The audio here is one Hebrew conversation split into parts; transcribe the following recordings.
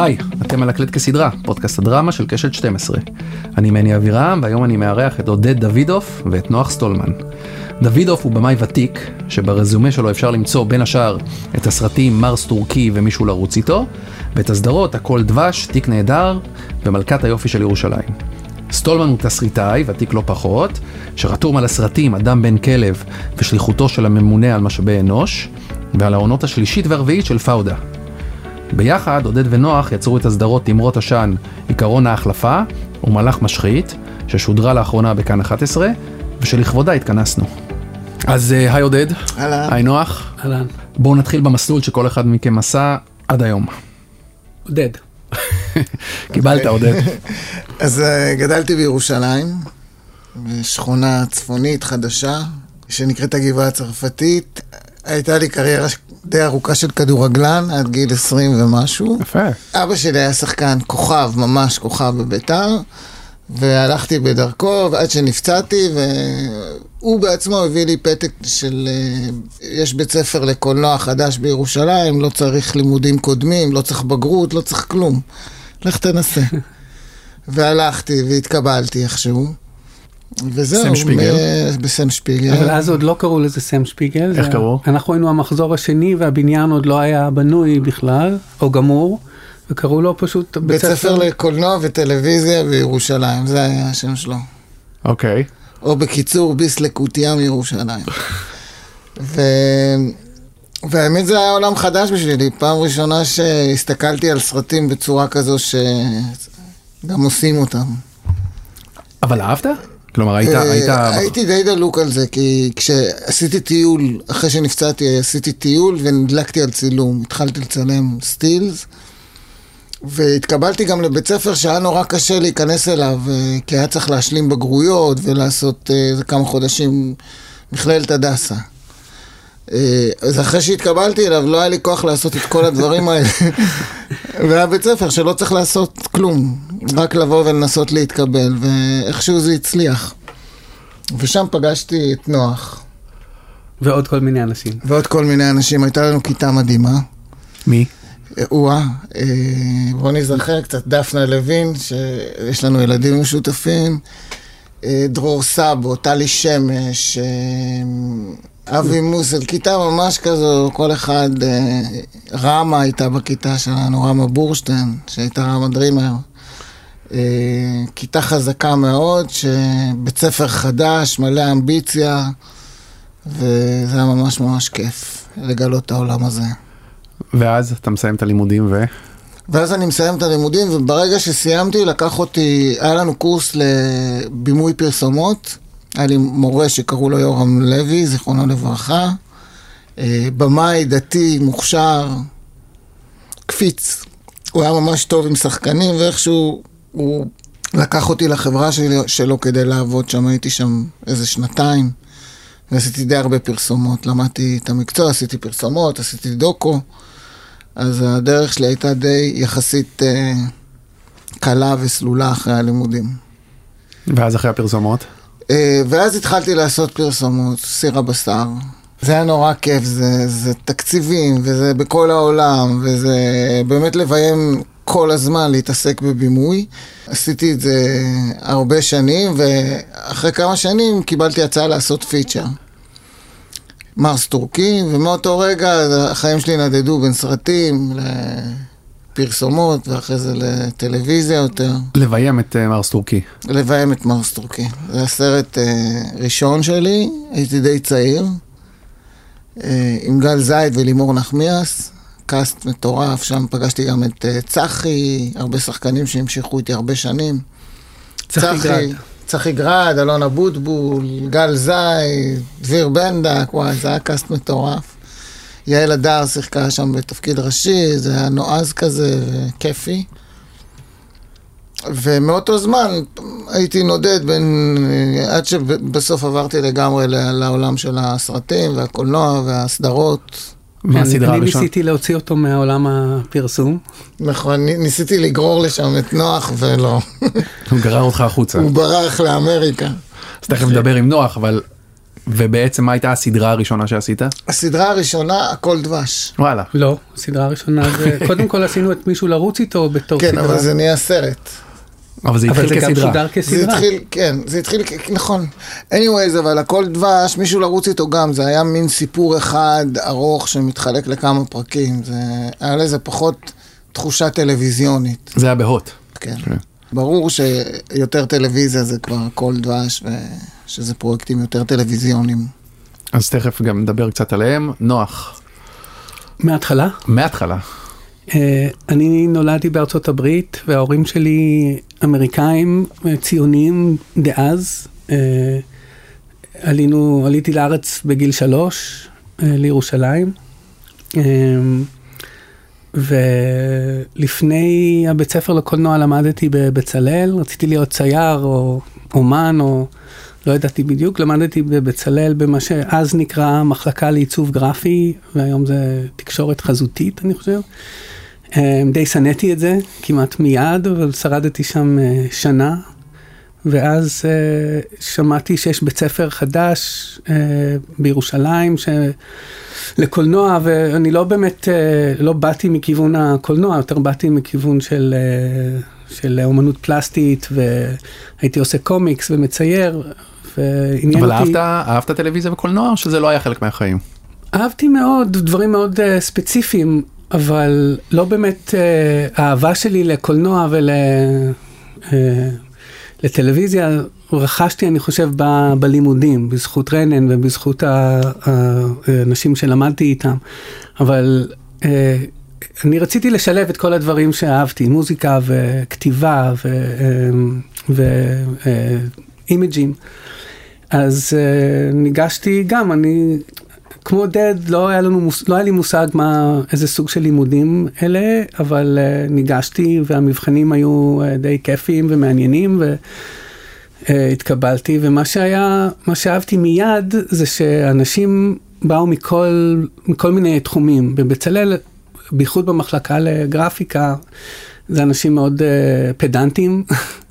היי, אתם על הקלט כסדרה, פודקאסט הדרמה של קשת 12. אני מני אבירם, והיום אני מארח את עודד דוידוף ואת נוח סטולמן. דוידוף הוא במאי ותיק, שברזומה שלו אפשר למצוא בין השאר את הסרטים מרס טורקי ומישהו לרוץ איתו, ואת הסדרות הכל דבש, תיק נהדר ומלכת היופי של ירושלים. סטולמן הוא תסריטאי, ותיק לא פחות, שרתום על הסרטים אדם בן כלב ושליחותו של הממונה על משאבי אנוש, ועל העונות השלישית והרביעית של פאודה. ביחד, עודד ונוח יצרו את הסדרות תמרות עשן, עיקרון ההחלפה ומלאך משחית, ששודרה לאחרונה בכאן 11, ושלכבודה התכנסנו. אז היי עודד. אהלן. היי נוח. אהלן. בואו נתחיל במסלול שכל אחד מכם עשה עד היום. עודד. קיבלת עודד. אז גדלתי בירושלים, בשכונה צפונית חדשה, שנקראת הגבעה הצרפתית. הייתה לי קריירה די ארוכה של כדורגלן, עד גיל 20 ומשהו. יפה. אבא שלי היה שחקן כוכב, ממש כוכב בביתר, והלכתי בדרכו, ועד שנפצעתי, והוא בעצמו הביא לי פתק של, יש בית ספר לקולנוע חדש בירושלים, לא צריך לימודים קודמים, לא צריך בגרות, לא צריך כלום. לך תנסה. והלכתי והתקבלתי איכשהו. וזהו, סם שפיגל. בסם שפיגל. אבל אז עוד לא קראו לזה סם שפיגל. איך קראו? אנחנו היינו המחזור השני, והבניין עוד לא היה בנוי בכלל, או גמור, וקראו לו פשוט בית ספר לקולנוע וטלוויזיה בירושלים, זה היה השם שלו. אוקיי. או בקיצור, ביס לקוטיה מירושלים. והאמת זה היה עולם חדש בשבילי, פעם ראשונה שהסתכלתי על סרטים בצורה כזו שגם עושים אותם. אבל אהבת? כלומר, היית... הייתי די דלוק על זה, כי כשעשיתי טיול, אחרי שנפצעתי, עשיתי טיול ונדלקתי על צילום. התחלתי לצלם סטילס, והתקבלתי גם לבית ספר שהיה נורא קשה להיכנס אליו, כי היה צריך להשלים בגרויות ולעשות איזה כמה חודשים מכללת הדסה. אז אחרי שהתקבלתי אליו, לא היה לי כוח לעשות את כל הדברים האלה. והיה בית ספר שלא צריך לעשות כלום, רק לבוא ולנסות להתקבל, ואיכשהו זה הצליח. ושם פגשתי את נוח. ועוד כל מיני אנשים. ועוד כל מיני אנשים. הייתה לנו כיתה מדהימה. מי? בוא נזכר קצת, דפנה לוין, שיש לנו ילדים משותפים, דרור סבו, טלי שמש, אבי מוסל, כיתה ממש כזו, כל אחד, רמה הייתה בכיתה שלנו, רמה בורשטיין, שהייתה רמה דרימר. כיתה חזקה מאוד, שבית ספר חדש, מלא אמביציה, וזה היה ממש ממש כיף לגלות את העולם הזה. ואז אתה מסיים את הלימודים ואז אני מסיים את הלימודים, וברגע שסיימתי, לקח אותי, היה לנו קורס לבימוי פרסומות, היה לי מורה שקראו לו יורם לוי, זיכרונו לברכה, במאי דתי, מוכשר, קפיץ. הוא היה ממש טוב עם שחקנים, ואיכשהו הוא לקח אותי לחברה שלו כדי לעבוד שם, הייתי שם איזה שנתיים, ועשיתי די הרבה פרסומות, למדתי את המקצוע, עשיתי פרסומות, עשיתי דוקו, אז הדרך שלי הייתה די יחסית קלה וסלולה אחרי הלימודים. ואז אחרי הפרסומות? ואז התחלתי לעשות פרסומות, סיר הבשר. זה היה נורא כיף, זה תקציבים, וזה בכל העולם, וזה באמת לביים כל הזמן להתעסק בבימוי. עשיתי את זה הרבה שנים, ואחרי כמה שנים קיבלתי הצעה לעשות פיצ'ר. מרס טורקי, ומאותו רגע החיים שלי נדדו בין סרטים לפרסומות, ואחרי זה לטלוויזיה יותר. לביים את מרס טורקי. לביים את מרס טורקי. זה הסרט ראשון שלי, הייתי די צעיר, עם גל זייד ולימור נחמיאס, קאסט מטורף, שם פגשתי גם את צחי, הרבה שחקנים שהמשיכו איתי הרבה שנים. צחי גרד, אלון אבוטבול, גל זייד, דביר בנדק, וואי, זה היה קאסט מטורף. יעל הדר שיחקה שם בתפקיד ראשי, זה היה נועז כזה וכיפי. ומאותו זמן הייתי נודד עד שבסוף עברתי לגמרי לעולם של הסרטים והקולנוע והסדרות. מהסדרה אני הראשונה? ניסיתי להוציא אותו מהעולם הפרסום. נכון, ניסיתי לגרור לשם את נוח ולא. הוא גרר אותך החוצה. הוא ברח לאמריקה. אז תכף נדבר עם נוח, אבל ובעצם מה הייתה הסדרה הראשונה שעשית? הסדרה הראשונה, הכל דבש. וואלה. לא, הסדרה הראשונה זה, קודם כל עשינו את מישהו לרוץ איתו בתור כן, סדרה. אבל זה נהיה סרט. אבל זה אבל התחיל זה גם כסדרה. שודר זה כסדרה. התחיל, כן, זה התחיל, נכון. anyways, אבל הכל דבש, מישהו לרוץ איתו גם, זה היה מין סיפור אחד ארוך שמתחלק לכמה פרקים. זה היה לזה פחות תחושה טלוויזיונית. זה היה בהוט. כן. ברור שיותר טלוויזיה זה כבר הכל דבש, ושזה פרויקטים יותר טלוויזיוניים. אז תכף גם נדבר קצת עליהם. נוח. מההתחלה? מההתחלה. אני נולדתי בארצות הברית, וההורים שלי אמריקאים, ציונים דאז. עליתי לארץ בגיל 3, לירושלים. ולפני הבית ספר לקולנוע למדתי בבצלאל, רציתי להיות צייר או אומן או לא ידעתי בדיוק, למדתי בבצלאל במה שאז נקרא מחלקה לעיצוב גרפי, והיום זה תקשורת חזותית אני חושב. די שנאתי את זה כמעט מיד, אבל שרדתי שם שנה, ואז שמעתי שיש בית ספר חדש בירושלים לקולנוע, ואני לא באמת, לא באתי מכיוון הקולנוע, יותר באתי מכיוון של אומנות פלסטית, והייתי עושה קומיקס ומצייר, ועניין אותי... אבל אהבת טלוויזיה וקולנוע, או שזה לא היה חלק מהחיים? אהבתי מאוד, דברים מאוד ספציפיים, אבל לא באמת האהבה שלי לקולנוע ולטלוויזיה, רכשתי, אני חושב, בלימודים, בזכות רנן ובזכות האנשים שלמדתי איתם. אבל אני רציתי לשלב את כל הדברים שאהבתי, מוזיקה וכתיבה ואימג'ים. אז ניגשתי גם, כמו דד, לא היה לי מושג איזה סוג של לימודים אלה, אבל ניגשתי והמבחנים היו די כיפיים ומעניינים, התקבלתי, ומה שאהבתי מיד זה שאנשים באו מכל מיני תחומים. בבצלאל, בייחוד במחלקה לגרפיקה, זה אנשים מאוד פדנטים,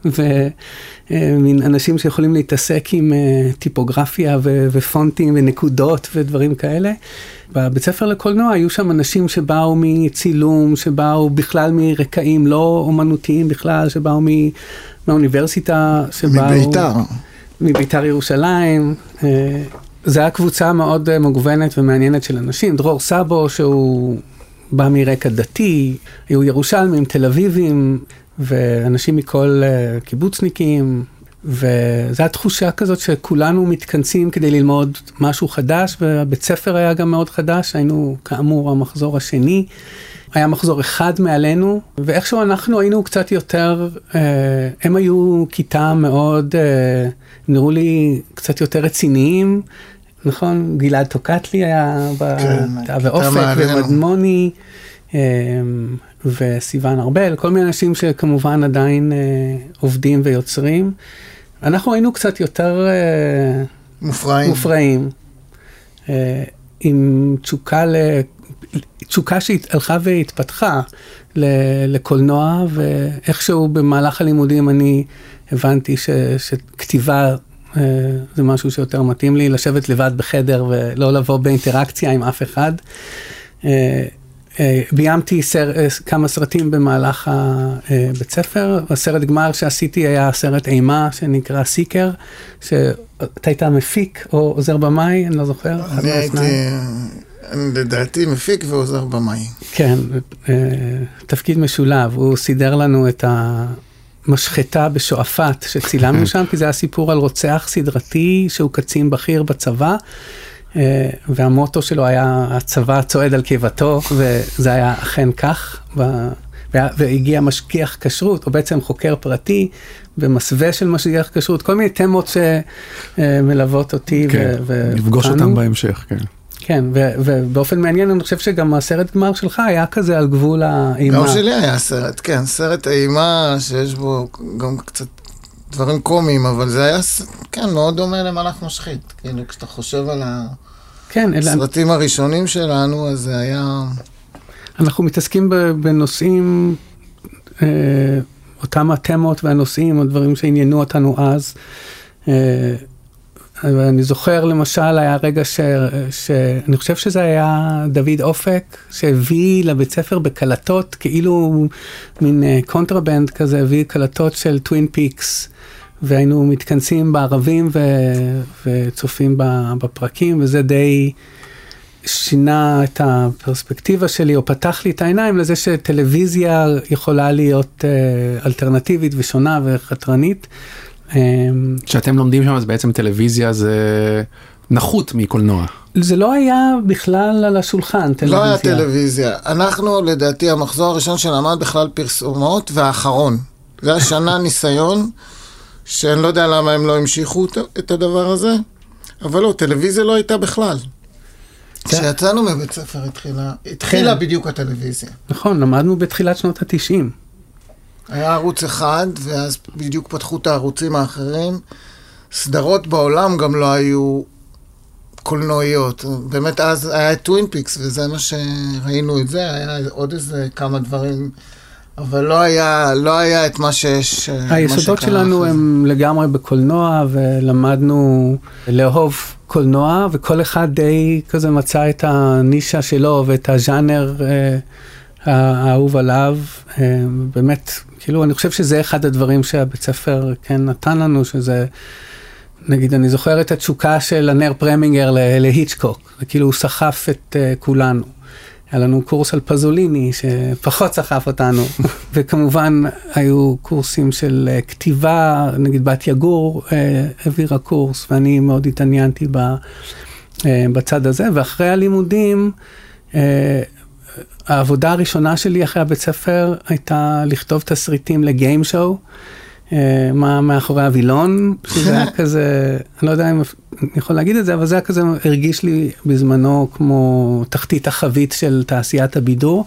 ומין אנשים שיכולים להתעסק עם טיפוגרפיה ופונטים ונקודות ודברים כאלה. בבית ספר לקולנוע היו שם אנשים שבאו מצילום, שבאו בכלל מרקעים לא אומנותיים בכלל, שבאו מהאוניברסיטה, מביתר ירושלים. זו הייתה קבוצה מאוד מגוונת ומעניינת של אנשים. דרור סבו, שהוא בא מרקע דתי, היו ירושלמים, תל אביבים, ואנשים מכל קיבוצניקים, וזו התחושה כזאת שכולנו מתכנסים כדי ללמוד משהו חדש, והבית ספר היה גם מאוד חדש, היינו כאמור המחזור השני, היה מחזור אחד מעלינו, ואיכשהו אנחנו היינו קצת יותר, הם היו כיתה מאוד, נראו לי קצת יותר רציניים, נכון? גלעד טוקטלי היה בתא ואופק ומדמוני, וסיוון ארבל, כל מיני אנשים שכמובן עדיין עובדים ויוצרים. אנחנו היינו קצת יותר מופרעים, עם תשוקה שהלכה והתפתחה לקולנוע, ואיכשהו במהלך הלימודים אני הבנתי שכתיבה זה משהו שיותר מתאים לי, לשבת לבד בחדר ולא לבוא באינטראקציה עם אף אחד. ביימתי כמה סרטים במהלך הבית ספר, הסרט גמר שעשיתי היה סרט אימה שנקרא סיקר, שאתה היית מפיק או עוזר במאי, אני לא זוכר. אני הייתי, לדעתי מפיק ועוזר במאי. כן, תפקיד משולב, הוא סידר לנו את המשחטה בשועפאט שצילמנו שם, כי זה היה סיפור על רוצח סדרתי שהוא קצין בכיר בצבא, והמוטו שלו היה הצבא צועד על קיבתו, וזה היה אכן כך, והגיע משגיח כשרות, או בעצם חוקר פרטי, במסווה של משגיח כשרות, כל מיני תמות שמלוות אותי. כן, נפגוש אותם בהמשך, כן. כן, ובאופן מעניין, אני חושב שגם הסרט גמר שלך היה כזה על גבול האימה. גם שלי היה סרט, כן, סרט האימה שיש בו גם קצת דברים קומיים, אבל זה היה, כן, מאוד דומה למלאך משחית. כאילו, כשאתה חושב על הסרטים הראשונים שלנו, אז זה היה... אנחנו מתעסקים בנושאים, אותם התמות והנושאים, הדברים שעניינו אותנו אז. ואני זוכר למשל, היה רגע שאני חושב שזה היה דוד אופק, שהביא לבית ספר בקלטות, כאילו מין קונטרבנד כזה, הביא קלטות של טווין פיקס, והיינו מתכנסים בערבים וצופים בפרקים, וזה די שינה את הפרספקטיבה שלי, או פתח לי את העיניים לזה שטלוויזיה יכולה להיות אלטרנטיבית ושונה וחתרנית. שאתם לומדים שם, אז בעצם טלוויזיה זה נחות מקולנוע. זה לא היה בכלל על השולחן, טלוויזיה. לא היה טלוויזיה. אנחנו, לדעתי, המחזור הראשון שלמד בכלל פרסומות, והאחרון. זה השנה ניסיון, שאני לא יודע למה הם לא המשיכו את הדבר הזה, אבל לא, טלוויזיה לא הייתה בכלל. כשיצאנו מבית ספר התחילה בדיוק הטלוויזיה. נכון, למדנו בתחילת שנות ה-90. היה ערוץ אחד, ואז בדיוק פתחו את הערוצים האחרים. סדרות בעולם גם לא היו קולנועיות. באמת אז היה טווין פיקס, וזה מה שראינו את זה, היה עוד איזה כמה דברים, אבל לא היה את מה שיש. היסודות שלנו הם לגמרי בקולנוע, ולמדנו לאהוב קולנוע, וכל אחד די כזה מצא את הנישה שלו, ואת הז'אנר האהוב עליו. באמת, כאילו, אני חושב שזה אחד הדברים שהבית ספר כן נתן לנו, שזה, נגיד, אני זוכר את התשוקה של אנר פרמינגר להיצ'קוק, וכאילו הוא סחף את כולנו. היה לנו קורס על פזוליני שפחות סחף אותנו, וכמובן היו קורסים של כתיבה, נגיד בת יגור העבירה קורס, ואני מאוד התעניינתי בצד הזה, ואחרי הלימודים, העבודה הראשונה שלי אחרי הבית ספר הייתה לכתוב תסריטים לגיים שואו, מה מאחורי הווילון, שזה היה כזה, אני לא יודע אם אני יכול להגיד את זה, אבל זה היה כזה, הרגיש לי בזמנו כמו תחתית החבית של תעשיית הבידור.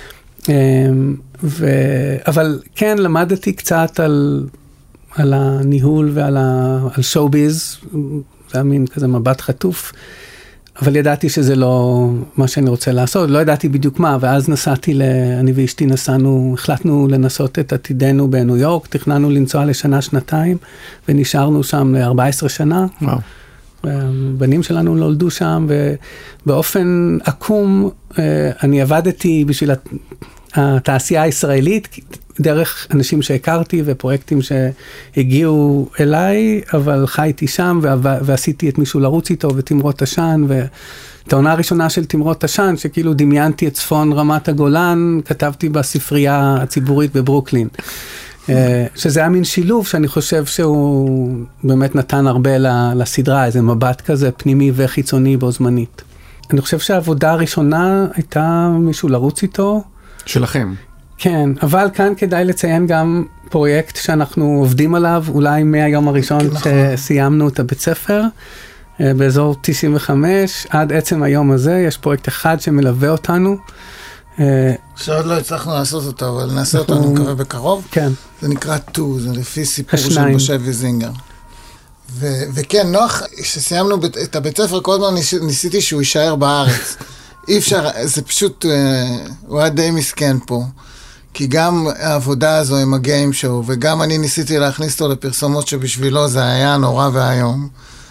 אבל כן, למדתי קצת על הניהול ועל שואו-ביז, זה היה מין כזה מבט חטוף, אבל ידעתי שזה לא מה שאני רוצה לעשות, לא ידעתי בדיוק מה, ואז אני ואשתי החלטנו לנסות את עתידנו בניו יורק, תכננו לנסוע לשנה, שנתיים, ונשארנו שם ל-14 שנה. וואו. הבנים שלנו נולדו שם, ובאופן עקום, אני עבדתי בשביל התעשייה הישראלית, דרך אנשים שהכרתי ופרויקטים שהגיעו אליי, אבל חייתי שם ועשיתי את מישהו לרוץ איתו ותמרות עשן, ואת העונה הראשונה של תמרות עשן, שכאילו דמיינתי את צפון רמת הגולן, כתבתי בספרייה הציבורית בברוקלין. שזה היה מין שילוב שאני חושב שהוא באמת נתן הרבה לסדרה, איזה מבט כזה פנימי וחיצוני בו זמנית. אני חושב שהעבודה הראשונה הייתה מישהו לרוץ איתו. שלכם. כן, אבל כאן כדאי לציין גם פרויקט שאנחנו עובדים עליו, אולי מהיום הראשון שסיימנו את הבית ספר, באזור 95, עד עצם היום הזה, יש פרויקט אחד שמלווה אותנו. שעוד לא הצלחנו לעשות אותו, אבל נעשה אותו, אני מקווה בקרוב. כן. זה נקרא 2, זה לפי סיפור של משה ויזינגר. וכן, נוח, כשסיימנו את הבית ספר, כל הזמן ניסיתי שהוא יישאר בארץ. אי אפשר, זה פשוט, הוא היה די מסכן פה. כי גם העבודה הזו עם הגיים שואו, וגם אני ניסיתי להכניס אותו לפרסומות שבשבילו זה היה נורא והיום.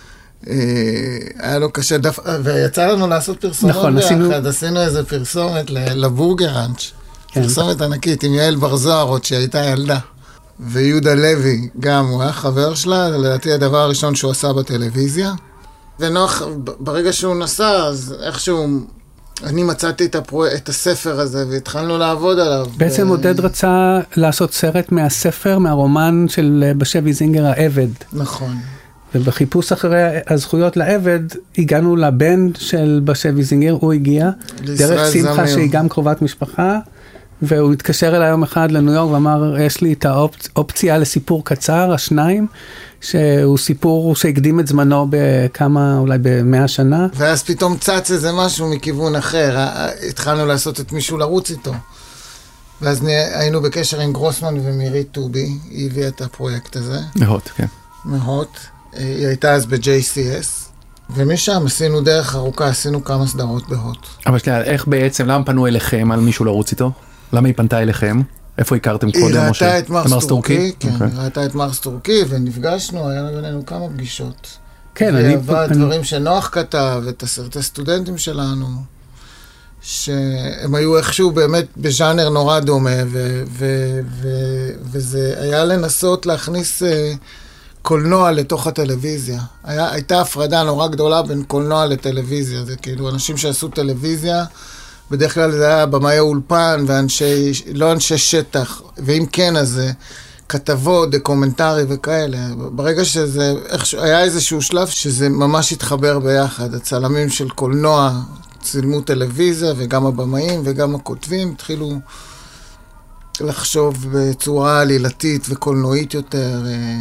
היה לו קשה ויצא לנו לעשות פרסומות ביחד, עשינו איזה פרסומת לבורגראנץ', פרסומת ענקית עם יעל בר זוהר עוד שהייתה ילדה, ויהודה לוי גם, הוא היה חבר שלה, לדעתי הדבר הראשון שהוא עשה בטלוויזיה, ונוח, ברגע שהוא נסע, אז איכשהו אני מצאתי את הספר הזה, והתחלנו לעבוד עליו. בעצם עודד רצה לעשות סרט מהספר, מהרומן של משה ויזינגר, העבד. נכון. ובחיפוש אחרי הזכויות לעבד, הגענו לבן של משה ויזינגר, הוא הגיע, דרך שמחה שהיא גם קרובת משפחה, והוא התקשר אליי יום אחד לניו יורק, ואמר, יש לי את האופציה לסיפור קצר, השניים, שהוא סיפור שהקדים את זמנו בכמה, אולי ב100 שנה. ואז פתאום צץ איזה משהו מכיוון אחר, התחלנו לעשות את מישהו לרוץ איתו. ואז היינו בקשר עם גרוסמן ומירית טובי, היא הביאה את הפרויקט הזה. מהוט, כן. מהוט. היא הייתה אז ב-JCS, ומשם עשינו דרך ארוכה, עשינו כמה סדרות בהוט. אבל שנייה, איך בעצם, למה פנו אליכם על מישהו לרוץ איתו? למה היא פנתה אליכם? איפה הכרתם קודם? היא ראתה את מרס טורקי, כן, היא ראתה את מרס טורקי, ונפגשנו, היה בינינו כמה פגישות. כן, הדברים שנוח כתב, את הסרטי סטודנטים שלנו, שהם היו איכשהו באמת בז'אנר נורא דומה, וזה היה לנסות להכניס קולנוע לתוך הטלוויזיה. הייתה הפרדה נורא גדולה בין קולנוע לטלוויזיה, זה כאילו אנשים שעשו טלוויזיה, בדרך כלל זה היה במאי האולפן, לא אנשי שטח, ואם כן, אז כתבות, דוקומנטרי וכאלה. ברגע שזה, היה איזשהו שלב שזה ממש התחבר ביחד. הצלמים של קולנוע צילמו טלוויזיה, וגם הבמאים וגם הכותבים התחילו לחשוב בצורה עלילתית וקולנועית יותר,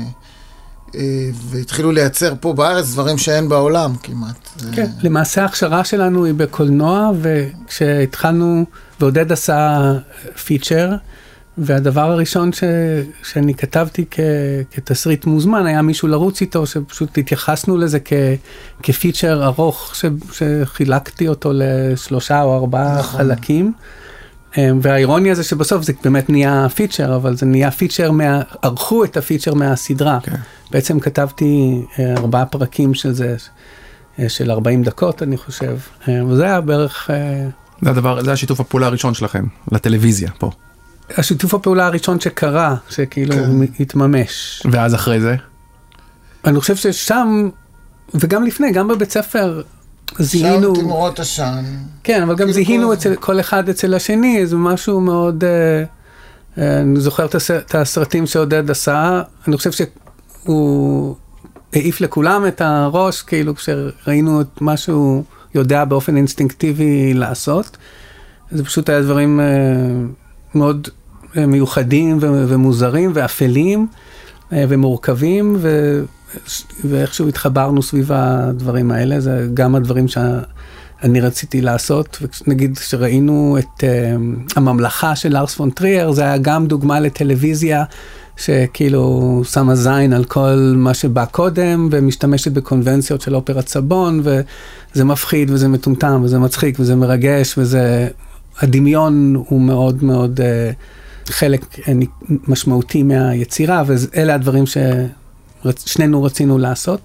והתחילו לייצר פה בארץ דברים שאין בעולם כמעט. כן, למעשה ההכשרה שלנו היא בקולנוע, וכשהתחלנו, ועודד עשה פיצ'ר, והדבר הראשון שאני כתבתי כתסריט מוזמן, היה מישהו לרוץ איתו, שפשוט התייחסנו לזה כפיצ'ר ארוך, שחילקתי אותו ל3 או 4 חלקים. והאירוניה זה שבסוף זה באמת נהיה פיצ'ר, אבל זה נהיה פיצ'ר, ערכו את הפיצ'ר מהסדרה. בעצם כתבתי 4 פרקים של זה, של 40 דקות, אני חושב. וזה היה בערך... זה השיתוף הפעולה הראשון שלכם, לטלוויזיה פה. השיתוף הפעולה הראשון שקרה, שכאילו התממש. ואז אחרי זה? אני חושב ששם, וגם לפני, גם בבית ספר, זיהינו... שם תמרות עשן. כן, אבל גם זיהינו כל אחד אצל השני, זה משהו מאוד... אני זוכר את הסרטים שעודד עשה, אני חושב שהוא העיף לכולם את הראש, כאילו כשראינו את מה שהוא יודע באופן אינסטינקטיבי לעשות. זה פשוט היה דברים מאוד מיוחדים ומוזרים ואפלים ומורכבים, ואיכשהו התחברנו סביב הדברים האלה. זה גם הדברים שאני רציתי לעשות, ונגיד שראינו את הממלכה של לארס פון טרייר, זה היה גם דוגמה לטלוויזיה, שכאילו שמה זין על כל מה שבא קודם, ומשתמשת בקונבנציות של אופרת סבון, וזה מפחיד וזה מטומטם וזה מצחיק וזה מרגש, וזה... הדמיון הוא מאוד מאוד חלק משמעותי מהיצירה, ואלה הדברים ששנינו רצינו לעשות.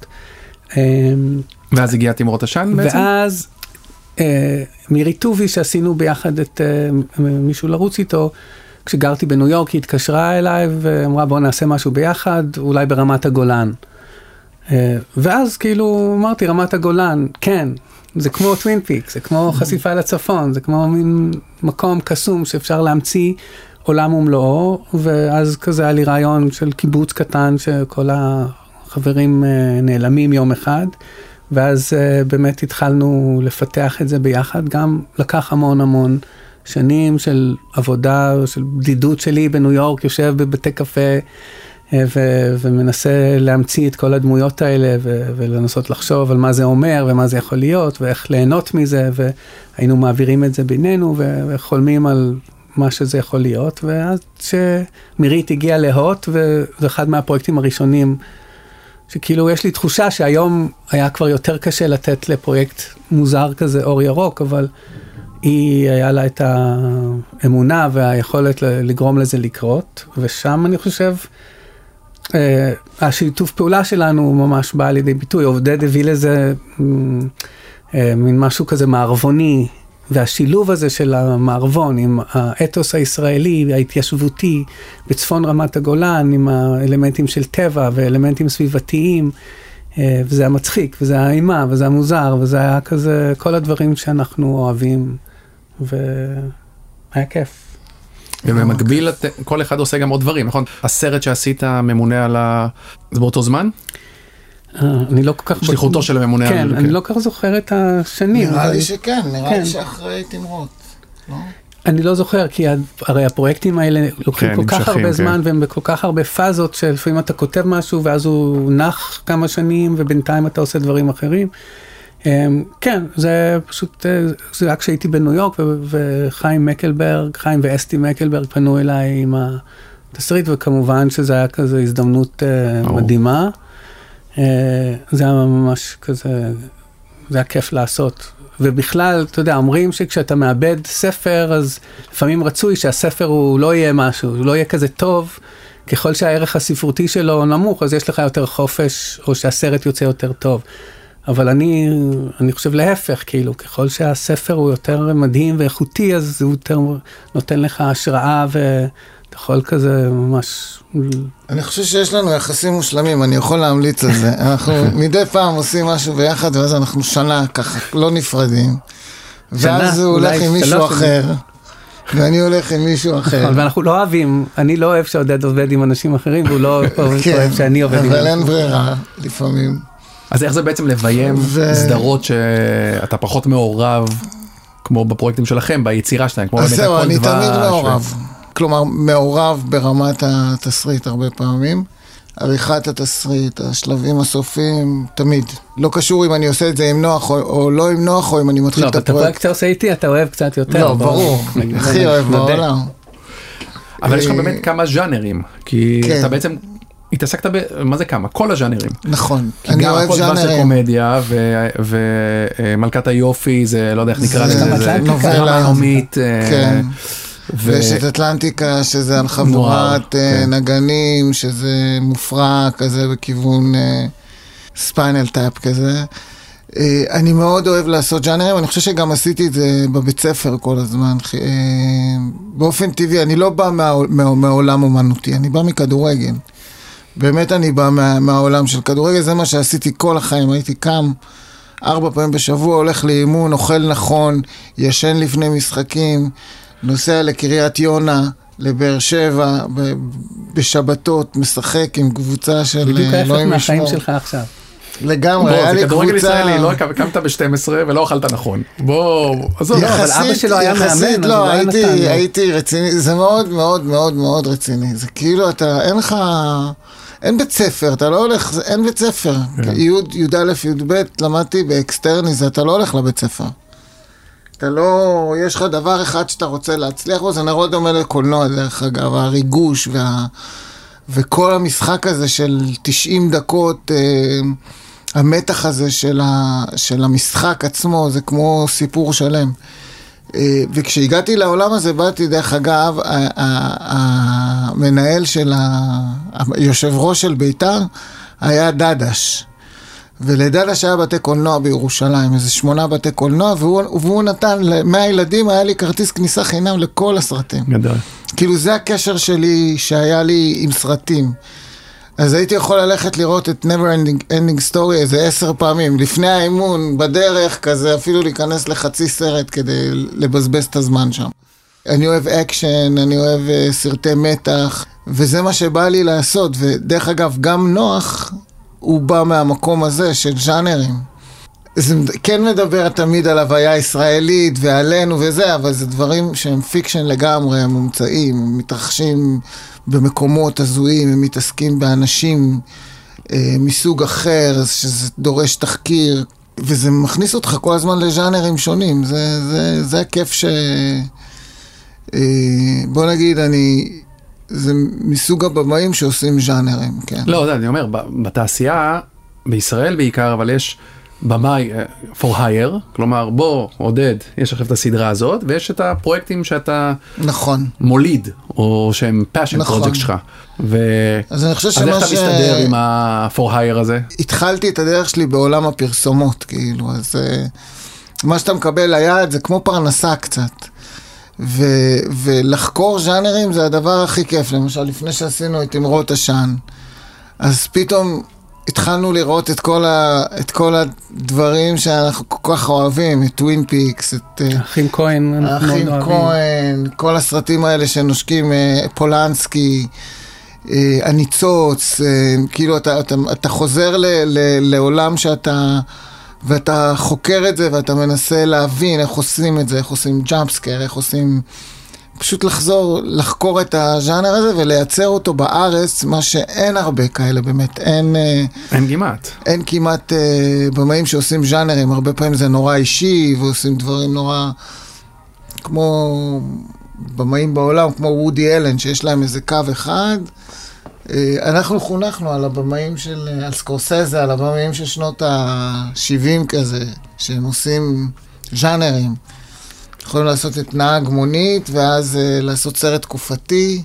ואז הגיע תמרות עשן בעצם? ואז מירי טובי שעשינו ביחד את מישהו לרוץ איתו, כשגרתי בניו יורק היא התקשרה אליי ואמרה בוא נעשה משהו ביחד, אולי ברמת הגולן. ואז כאילו אמרתי רמת הגולן, כן. זה כמו טווין פיק, זה כמו חשיפה לצפון, זה כמו מין מקום קסום שאפשר להמציא עולם ומלואו, ואז כזה היה לי רעיון של קיבוץ קטן שכל החברים נעלמים יום אחד, ואז באמת התחלנו לפתח את זה ביחד, גם לקח המון שנים של עבודה, של בדידות שלי בניו יורק, יושב בבתי קפה, ומנסה להמציא את כל הדמויות האלה, ולנסות לחשוב על מה זה אומר, ומה זה יכול להיות, ואיך ליהנות מזה, והיינו מעבירים את זה בינינו, וחולמים על מה שזה יכול להיות, ואז שמירית הגיעה להוט, וזה אחד מהפרויקטים הראשונים, שכאילו יש לי תחושה שהיום היה כבר יותר קשה לתת לפרויקט מוזר כזה אור ירוק, אבל היא היה לה את האמונה והיכולת לגרום לזה לקרות, ושם אני חושב, השיתוף פעולה שלנו ממש בא לידי ביטוי, עובדד הביא לזה מין משהו כזה מערבוני, והשילוב הזה של המערבון עם האתוס הישראלי ההתיישבותי בצפון רמת הגולן, עם האלמנטים של טבע ואלמנטים סביבתיים, וזה המצחיק, וזה האימה, וזה המוזר, וזה היה כזה, כל הדברים שאנחנו אוהבים, והיה כיף. ובמקביל, כל אחד עושה גם עוד דברים, נכון? הסרט שעשית ממונה על זה באותו זמן? אני לא כל כך... שליחותו של הממונה. כן, אני לא כל כך זוכר את השנים. נראה לי שכן, נראה לי שאחרי תמרות, לא? אני לא זוכר, כי הרי הפרויקטים האלה לוקחים כל כך הרבה זמן, והם בכל כך הרבה פאזות, שלפעמים אתה כותב משהו, ואז הוא נח כמה שנים, ובינתיים אתה עושה דברים אחרים. כן, זה פשוט, זה היה כשהייתי בניו יורק, וחיים מקלברג, חיים ואסתי מקלברג פנו אליי עם התסריט, וכמובן שזה היה כזה הזדמנות מדהימה. זה היה ממש כזה, זה היה כיף לעשות. ובכלל, אתה יודע, אומרים שכשאתה מאבד ספר, אז לפעמים רצוי שהספר הוא לא יהיה משהו, הוא לא יהיה כזה טוב, ככל שהערך הספרותי שלו נמוך, אז יש לך יותר חופש, או שהסרט יוצא יותר טוב. אבל אני חושב להפך, כאילו, ככל שהספר הוא יותר מדהים ואיכותי, אז הוא יותר נותן לך השראה, ואתה יכול כזה ממש... אני חושב שיש לנו יחסים מושלמים, אני יכול להמליץ על זה. אנחנו מדי פעם עושים משהו ביחד, ואז אנחנו שנה ככה, לא נפרדים. ואז הוא הולך עם מישהו אחר, ואני הולך עם מישהו אחר. ואנחנו לא אוהבים, אני לא אוהב שעודד עובד עם אנשים אחרים, והוא לא אוהב שאני עובד עם אנשים. אבל אין ברירה, לפעמים. אז איך זה בעצם לביים סדרות שאתה פחות מעורב, כמו בפרויקטים שלכם, ביצירה שלהם, כמו באמת הכל דבש? זהו, אני תמיד מעורב. כלומר, מעורב ברמת התסריט הרבה פעמים. עריכת התסריט, השלבים הסופיים, תמיד. לא קשור אם אני עושה את זה עם נוח או לא עם נוח, או אם אני מתחיל את הפרויקט. לא, אבל אתה עושה איתי, אתה אוהב קצת יותר. לא, ברור. הכי אוהב בעולם. אבל יש לך באמת כמה ז'אנרים, כי אתה בעצם התעסקת מה זה כמה? כל הז'אנרים. נכון. אני אוהב ז'אנרים. גם הכל דבר קומדיה, ומלכת היופי, זה לא יודע איך נקרא לזה, זה נובלה יומית. כן. ויש את אטלנטיקה, שזה על חבורת נגנים, שזה מופרע כזה בכיוון ספיינל טאפ כזה. אני מאוד אוהב לעשות ז'אנרים, אני חושב שגם עשיתי את זה בבית ספר כל הזמן. באופן טבעי, אני לא בא מעולם אומנותי, אני בא מכדורגל. באמת אני בא מהעולם של כדורגל, זה מה שעשיתי כל החיים, הייתי קם 4 פעמים בשבוע, הולך לאימון, אוכל נכון, ישן לפני משחקים, נוסע לקריית יונה, לבאר שבע, בשבתות, משחק עם קבוצה של... בדיוק ההפך מהחיים שלך עכשיו. לגמרי, היה לי קבוצה... כדורגל ישראלי, לא קמת ב-12 ולא אכלת נכון. בוא, עזוב. לא, אבל אבא שלו היה מאמן, אז לא, הייתי רציני, זה מאוד מאוד מאוד מאוד רציני. זה כאילו, אין לך... אין בית ספר, אתה לא הולך, אין בית ספר. י"א, י"ב, למדתי באקסטרני, זה אתה לא הולך לבית ספר. אתה לא, יש לך דבר אחד שאתה רוצה להצליח בו, זה נראה דומה לקולנוע, דרך אגב, הריגוש וכל המשחק הזה של 90 דקות, המתח הזה של המשחק עצמו, זה כמו סיפור שלם. וכשהגעתי לעולם הזה, באתי דרך אגב, המנהל של היושב ראש של ביתר, היה דדש. ולדדש היה בתי קולנוע בירושלים, איזה 8 בתי קולנוע, והוא נתן, 100 ילדים, היה לי כרטיס כניסה חינם לכל הסרטים. גדול. כאילו זה הקשר שלי, שהיה לי עם סרטים. אז הייתי יכול ללכת לראות את Never Ending Story איזה 10 פעמים, לפני האימון, בדרך כזה, אפילו להיכנס לחצי סרט כדי לבזבז את הזמן שם. אני אוהב אקשן, אני אוהב סרטי מתח, וזה מה שבא לי לעשות, ודרך אגב, גם נוח, הוא בא מהמקום הזה של ז'אנרים. זה כן מדבר תמיד על הוויה ישראלית ועלינו וזה, אבל זה דברים שהם פיקשן לגמרי, הם מומצאים, הם מתרחשים במקומות הזויים, הם מתעסקים באנשים מסוג אחר, שזה דורש תחקיר, וזה מכניס אותך כל הזמן לז'אנרים שונים. זה הכיף בוא נגיד, זה מסוג הבמאים שעושים ז'אנרים, כן. לא, אני אומר, בתעשייה, בישראל בעיקר, אבל יש במאי for hire, כלומר, בוא, עודד, יש עכשיו את הסדרה הזאת, ויש את הפרויקטים שאתה נכון. מוליד, או שהם passion נכון. project שלך. אז אני חושב אז איך אתה מסתדר עם ה-for hire הזה? התחלתי את הדרך שלי בעולם הפרסומות, כאילו, אז מה שאתה מקבל ליד זה כמו פרנסה קצת. ולחקור ז'אנרים זה הדבר הכי כיף. למשל, לפני שעשינו את אמרות עשן, אז פתאום התחלנו לראות את כל הדברים שאנחנו כל כך אוהבים, את טווין פיקס, את אחים כהן, אחים כהן, כל הסרטים האלה שנושקים, פולנסקי, הניצוץ, כאילו אתה חוזר לעולם ואתה חוקר את זה, ואתה מנסה להבין איך עושים את זה, איך עושים ג'אמפסקר, איך עושים... פשוט לחקור את הז'אנר הזה ולייצר אותו בארץ, מה שאין הרבה כאלה, באמת. אין כמעט. אין כמעט במאים שעושים ז'אנרים, הרבה פעמים זה נורא אישי, ועושים דברים נורא... כמו במאים בעולם, כמו וודי אלן, שיש להם איזה קו אחד. אנחנו חונכנו על הבמאים על סקורסזה, על הבמאים של שנות ה-70 כזה, שהם עושים ז'אנרים. יכולים לעשות את נהג מונית, ואז לעשות סרט תקופתי.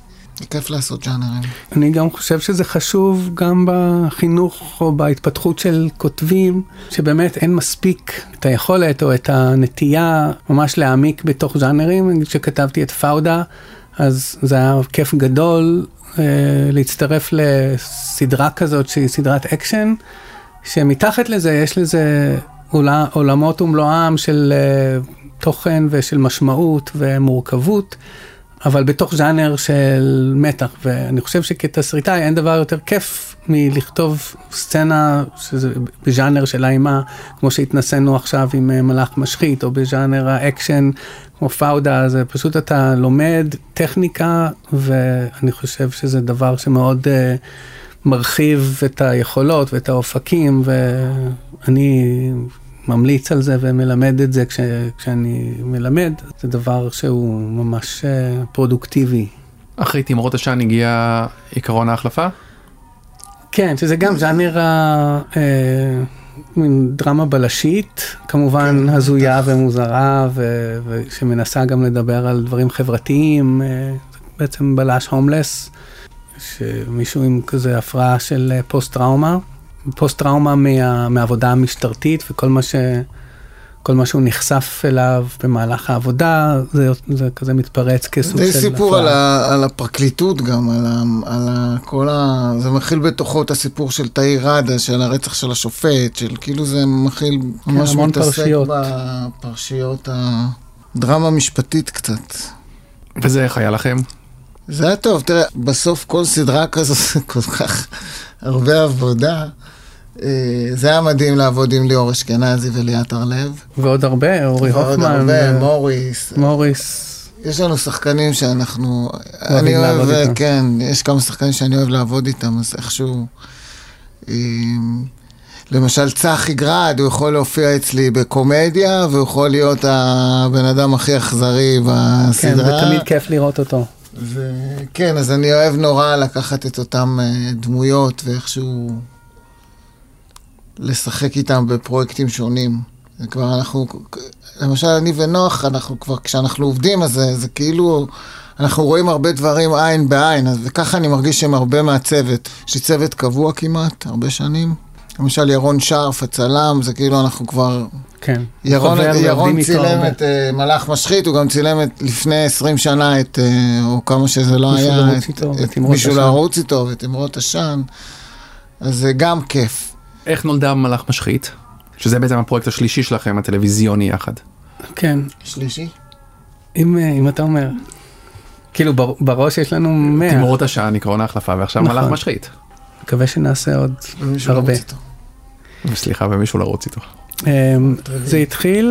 כיף לעשות ז'אנרים. אני גם חושב שזה חשוב גם בחינוך או בהתפתחות של כותבים, שבאמת אין מספיק את היכולת או את הנטייה ממש להעמיק בתוך ז'אנרים. כשכתבתי את פאודה, אז זה היה כיף גדול להצטרף לסדרה כזאת שהיא סדרת אקשן, שמתחת לזה יש לזה עולמות ומלואם של תוכן ושל משמעות ומורכבות, אבל בתוך ז'אנר של מתח. ואני חושב שכתסריטאי אין דבר יותר כיף מלכתוב סצנה שזה בז'אנר של האימה, כמו שהתנסינו עכשיו עם מלאך משחית, או בז'אנר האקשן כמו פאודה. זה פשוט אתה לומד טכניקה, ואני חושב שזה דבר שמאוד מרחיב את היכולות ואת האופקים, ואני ממליץ על זה ומלמד את זה כשאני מלמד. זה דבר שהוא ממש פרודוקטיבי. אחרי תמרות עשן הגיע עיקרון ההחלפה? כן, שזה גם ז'אנר מין דרמה בלשית, כמובן הזויה ומוזרה, ושמנסה גם לדבר על דברים חברתיים, בעצם בלש הומלס, שמישהו עם כזה הפרעה של פוסט-טראומה, פוסט-טראומה מהעבודה המשטרתית, וכל מה שהוא נחשף אליו במהלך העבודה, זה כזה מתפרץ כסוג של... זה סיפור על הפרקליטות גם, זה מכיל בתוכו את הסיפור של תאיר ראדה, של הרצח של השופט, של כאילו זה מכיל ממש מתעסק בפרשיות הדרמה המשפטית קצת. וזה איך היה לכם? זה היה טוב, תראה, בסוף כל סדרה כזו זה כל כך הרבה עבודה. זה היה מדהים לעבוד עם ליאור אשכנזי וליאת הרלב. ועוד הרבה, אורי הופמן. מוריס. יש לנו שחקנים שאנחנו... אני אוהב, כן, יש כמה שחקנים שאני אוהב לעבוד איתם, אז איכשהו... למשל צחי גרד, הוא יכול להופיע אצלי בקומדיה, והוא יכול להיות הבן אדם הכי אכזרי בסדרה. כן, ותמיד כיף לראות אותו. כן, אז אני אוהב נורא לקחת את אותם דמויות, ואיכשהו לשחק איתם בפרויקטים שונים. כבר אנחנו, למשל אני ונוח, אנחנו כבר, כשאנחנו עובדים, אז זה כאילו, אנחנו רואים הרבה דברים עין בעין, וככה אני מרגיש שהם הרבה מהצוות. יש לי צוות קבוע כמעט, הרבה שנים. למשל ירון שרף, הצלם, זה כאילו אנחנו כבר... כן. ירון צילם את מלאך משחית, הוא גם צילם לפני 20 שנה את, או כמה שזה לא היה, מישהו לערוץ איתו, ואת תמרות עשן. אז זה גם כיף. איך נולדה מלאך משחית? שזה בעצם הפרויקט השלישי שלכם, הטלוויזיוני יחד. כן. שלישי? אם אתה אומר. כאילו בראש יש לנו 100. תמרות עשן, עקרון ההחלפה, ועכשיו מלאך משחית. מקווה שנעשה עוד הרבה. סליחה, ומישהו לרוץ איתו. זה התחיל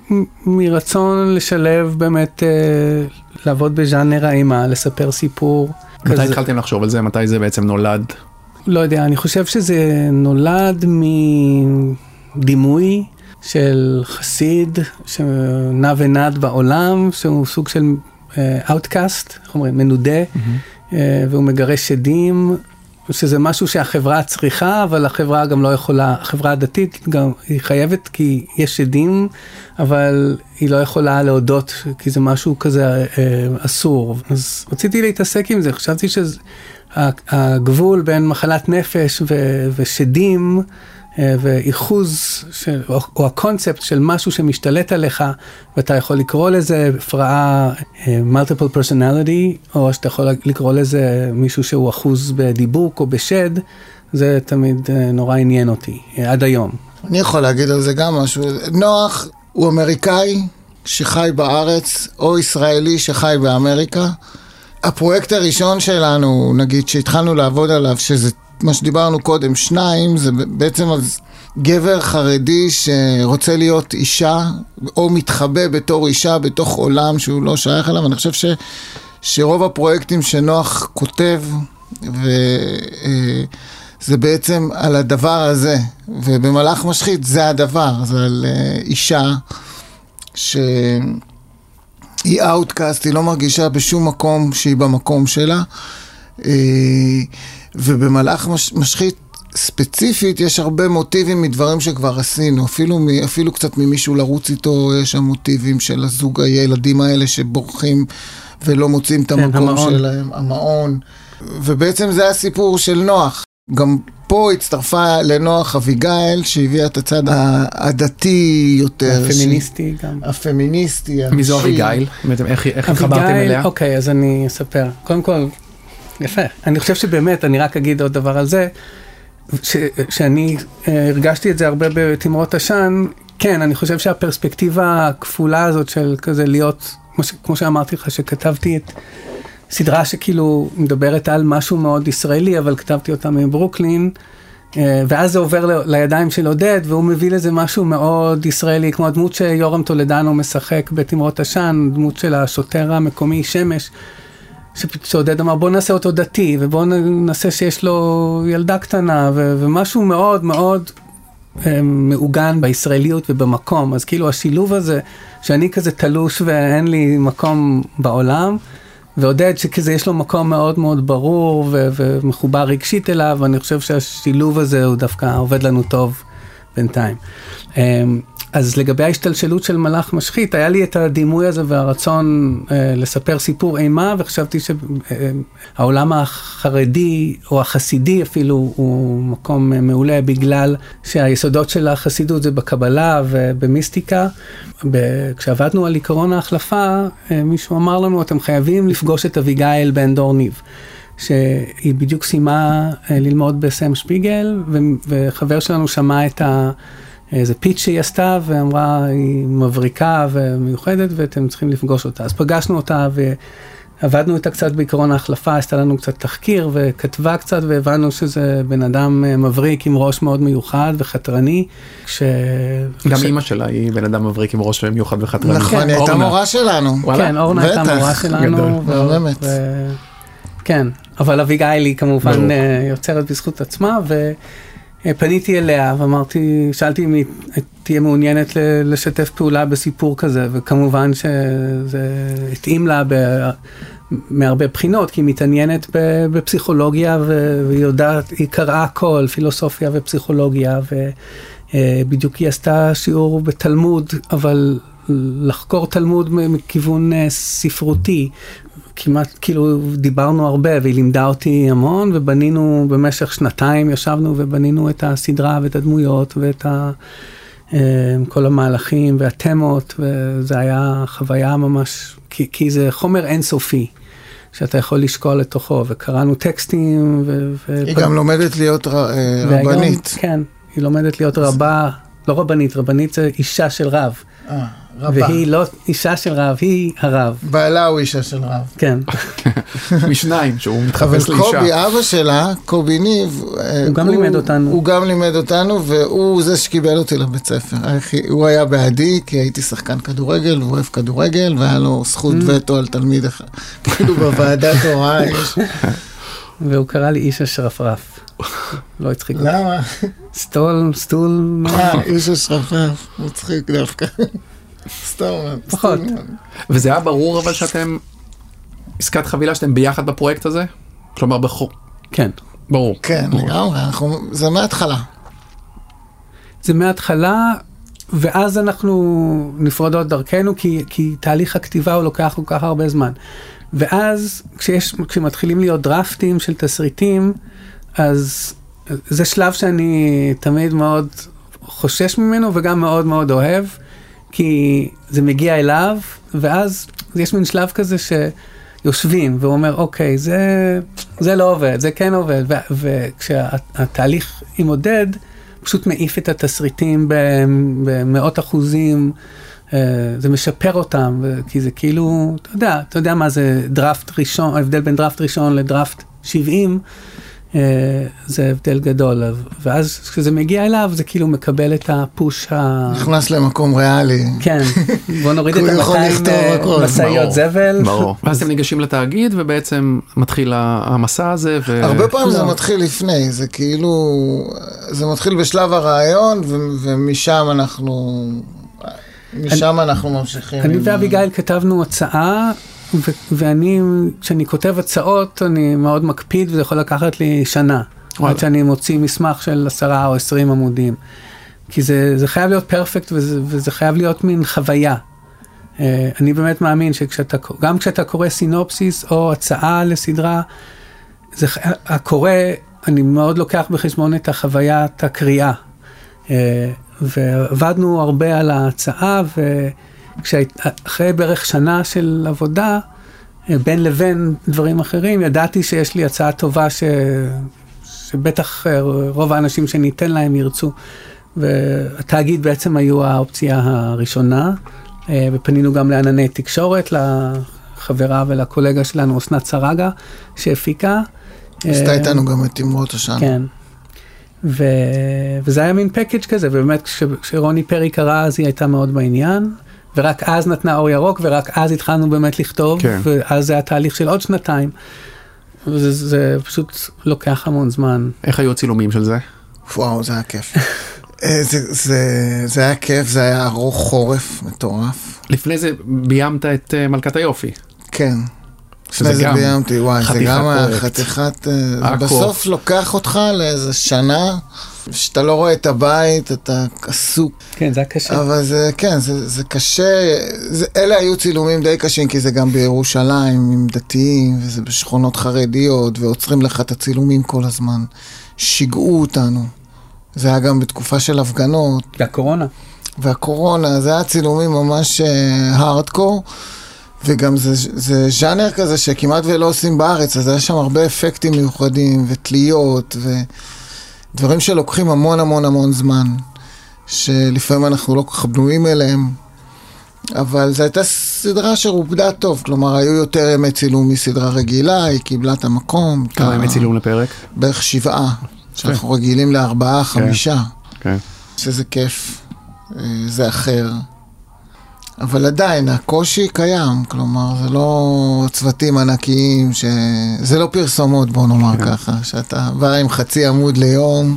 מרצון לשלב באמת, לעבוד בז'אנר האימה, לספר סיפור. מתי התחלתם לחשוב על זה? מתי זה בעצם נולד? לא יודע, אני חושב שזה נולד מדימוי של חסיד שנע ונד בעולם, שהוא סוג של אאוטקאסט, איך אומרים, מנודה, והוא מגרש שדים, שזה משהו שהחברה צריכה, אבל החברה גם לא יכולה, החברה הדתית גם היא חייבת כי יש שדים, אבל היא לא יכולה להודות, כי זה משהו כזה אסור. אז רציתי להתעסק עם זה, חשבתי שהגבול בין מחלת נפש ושדים, ואיחוז, או הקונספט של משהו שמשתלט עליך, ואתה יכול לקרוא לזה הפרעה multiple personality, או שאתה יכול לקרוא לזה מישהו שהוא אחוז בדיבוק או בשד, זה תמיד נורא עניין אותי, עד היום. אני יכול להגיד על זה גם משהו. נוח הוא אמריקאי שחי בארץ, או ישראלי שחי באמריקה. הפרויקט הראשון שלנו, נגיד, שהתחלנו לעבוד עליו, שזה מה שדיברנו קודם, 2, זה בעצם גבר חרדי שרוצה להיות אישה, או מתחבא בתור אישה, בתוך עולם שהוא לא שייך אליו. אני חושב שרוב הפרויקטים שנוח כותב, וזה בעצם על הדבר הזה, ובמלאך משחית זה הדבר, זה על אישה שהיא אאוטקאסט, היא לא מרגישה בשום מקום שהיא במקום שלה, ובמלאך משחית ספציפית יש הרבה מוטיבים מדברים שכבר עשינו, אפילו קצת ממישהו לרוץ איתו, יש שם מוטיבים של הזוג הילדים האלה שבורחים ולא מוצאים את המקום שלהם, המעון. ובעצם זה הסיפור של נוח. גם פה הצטרפה לנוח אביגיל, שהביאה את הצד הדתי יותר. הפמיניסטי גם. הפמיניסטי. מי זו אביגיל? איך התחברתם אליה? אוקיי, אז אני אספר. קודם כל, יפה. אני חושב שבאמת, אני רק אגיד עוד דבר על זה, שאני הרגשתי את זה הרבה בתמרות עשן. כן, אני חושב שהפרספקטיבה הכפולה הזאת של כזה להיות, כמו שאמרתי לך, שכתבתי את סדרה שכאילו מדברת על משהו מאוד ישראלי, אבל כתבתי אותה מברוקלין, ואז זה עובר לידיים של עודד, והוא מביא לזה משהו מאוד ישראלי, כמו הדמות שיורם טולדנו משחק בתמרות עשן, דמות של השוטר המקומי שמש, שעודד אמר, בוא נעשה אותו דתי, ובוא נעשה שיש לו ילדה קטנה, ומשהו מאוד מאוד מעוגן בישראליות ובמקום. אז כאילו השילוב הזה, שאני כזה תלוש ואין לי מקום בעולם, ועודד שכזה יש לו מקום מאוד מאוד ברור ומחובר רגשית אליו, ואני חושב שהשילוב הזה הוא דווקא עובד לנו טוב בינתיים. אז לגבי ההשתלשלות של מלאך משחית, היה לי את הדימוי הזה והרצון לספר סיפור אימה, וחשבתי שהעולם החרדי או החסידי אפילו הוא מקום מעולה, בגלל שהיסודות של החסידות זה בקבלה ובמיסטיקה. כשעבדנו על עיקרון ההחלפה, מישהו אמר לנו, אתם חייבים לפגוש את אביגיל בן דור ניב, שהיא בדיוק סיימה ללמוד בסם שפיגל, וחבר שלנו שמע את איזה פיץ' שהיא עשתה, ואמרה, היא מבריקה ומיוחדת, ואתם צריכים לפגוש אותה. אז פגשנו אותה, ועבדנו איתה קצת בעיקרון ההחלפה, עשתה לנו קצת תחקיר, וכתבה קצת, והבנו שזה בן אדם מבריק עם ראש מאוד מיוחד וחתרני. גם אמא שלה היא בן אדם מבריק עם ראש מיוחד וחתרני. נכון, היא הייתה מורה שלנו. כן, אורנה הייתה מורה שלנו. באמת. כן, אבל אביגיל היא כמובן יוצרת בזכות עצמה, פניתי אליה ואמרתי, שאלתי אם היא תהיה מעוניינת לשתף פעולה בסיפור כזה, וכמובן שזה התאים לה מהרבה בחינות, כי היא מתעניינת בפסיכולוגיה, והיא יודעת, היא קראה הכל, פילוסופיה ופסיכולוגיה, ובדיוק היא עשתה שיעור בתלמוד, אבל לחקור תלמוד מכיוון ספרותי, כמעט כאילו דיברנו הרבה, והיא לימדה אותי המון, ובנינו במשך 2 ישבנו ובנינו את הסדרה ואת הדמויות ואת כל המהלכים והתמות, וזה היה חוויה ממש, כי זה חומר אינסופי, שאתה יכול לשקול לתוכו, וקראנו טקסטים. היא גם לומדת להיות רבנית. כן, היא לומדת להיות רבה, לא רבנית, רבנית זה אישה של רב. רבה. והיא לא אישה של רב, היא הרב. בעלה הוא אישה של רב. כן. משניים, שהוא מתחפש לאישה. אבל קובי, אבא שלה, קובי ניב, הוא גם לימד אותנו. הוא גם לימד אותנו, והוא זה שקיבל אותי לבית ספר. הוא היה בעדי, כי הייתי שחקן כדורגל, והוא אוהב כדורגל, והיה לו זכות וטו על תלמיד אחד. כאילו בוועדת הוראה יש. והוא קרא לי איש השרפרף. לא הצחיק אותי. למה? סטול. איש השרפרף, מצחיק דווקא. סתם, פחות. וזה היה ברור אבל שאתם, עסקת חבילה שאתם ביחד בפרויקט הזה? כלומר כן. ברור. כן, לגמרי, זה מההתחלה. זה מההתחלה, ואז אנחנו נפרדות דרכנו, כי תהליך הכתיבה הוא לוקח כל כך הרבה זמן. ואז כשמתחילים להיות דרפטים של תסריטים, אז זה שלב שאני תמיד מאוד חושש ממנו, וגם מאוד מאוד אוהב, כי זה מגיע אליו, ואז יש מין שלב כזה שיושבים, והוא אומר, אוקיי, זה לא עובד, זה כן עובד, וכשהתהליך עם עודד, פשוט מעיף את התסריטים במאות אחוזים, זה משפר אותם, כי זה כאילו, אתה יודע מה זה דרפט ראשון, ההבדל בין דרפט ראשון לדרפט 70, זה הבדל גדול, ואז כשזה מגיע אליו, זה כאילו מקבל את הפוש נכנס למקום ריאלי. כן, בוא נוריד את 200 מסעיות זבל. ברור. ואז אתם ניגשים לתאגיד, ובעצם מתחיל המסע הזה. הרבה פעמים זה מתחיל לפני, זה כאילו, זה מתחיל בשלב הרעיון, ומשם אנחנו ממשיכים. אני ואביגיל כתבנו הצעה, ואני, כשאני כותב הצעות, אני מאוד מקפיד, וזה יכול לקחת לי שנה, עד שאני מוציא מסמך של 10 או 20 עמודים. כי זה חייב להיות פרפקט, וזה חייב להיות מין חוויה. אני באמת מאמין שגם כשאתה קורא סינופסיס או הצעה לסדרה, הקורא, אני מאוד לוקח בחשבון את החוויית הקריאה. ועבדנו הרבה על ההצעה, ואחרי בערך שנה של עבודה, בין לבין דברים אחרים, ידעתי שיש לי הצעה טובה שבטח רוב האנשים שניתן להם ירצו. והתאגיד בעצם היו האופציה הראשונה, ופנינו גם לענני תקשורת, לחברה ולקולגה שלנו, אסנת סרגה, שהפיקה. עשתה איתנו גם את תמרות השנה. כן. וזה היה מין פקאג' כזה, ובאמת כשרוני פרי קרא, אז היא הייתה מאוד בעניין, ורק אז נתנה אור ירוק, ורק אז התחלנו באמת לכתוב, כן. ואז זה היה תהליך של עוד שנתיים. וזה פשוט לוקח המון זמן. איך היו הצילומים של זה? וואו, זה היה כיף. זה היה כיף, זה היה ארוך חורף, מטורף. לפני זה ביימת את מלכת היופי. כן. לפני זה ביימתי, וואי, זה גם חתיכת... בסוף לוקח אותך לאיזה שנה, שאתה לא רואה את הבית, אתה עסוק. כן, זה היה קשה. אבל זה, כן, זה קשה. אלה היו צילומים די קשים, כי זה גם בירושלים, עם דתיים, וזה בשכונות חרדיות, ועוצרים לך את הצילומים כל הזמן. שיגעו אותנו. זה היה גם בתקופה של הפגנות. והקורונה, זה היה צילומים ממש הארדקור, וגם זה ז'אנר כזה שכמעט ולא עושים בארץ, אז היה שם הרבה אפקטים מיוחדים, ותליות, ודברים שלוקחים המון המון המון זמן, שלפעמים אנחנו לא כל כך בנויים אליהם, אבל זו הייתה סדרה שרובדה טוב, כלומר, היו יותר ימי צילום מסדרה רגילה, היא קיבלה את המקום. כמה ימי צילום לפרק? בערך 7, שאנחנו רגילים ל4, 5. כן. שזה כיף, זה אחר. אבל עדיין, הקושי קיים, כלומר, זה לא צוותים ענקיים, זה לא פרסומות, בוא נאמר ככה, שאתה בא עם חצי עמוד ליום,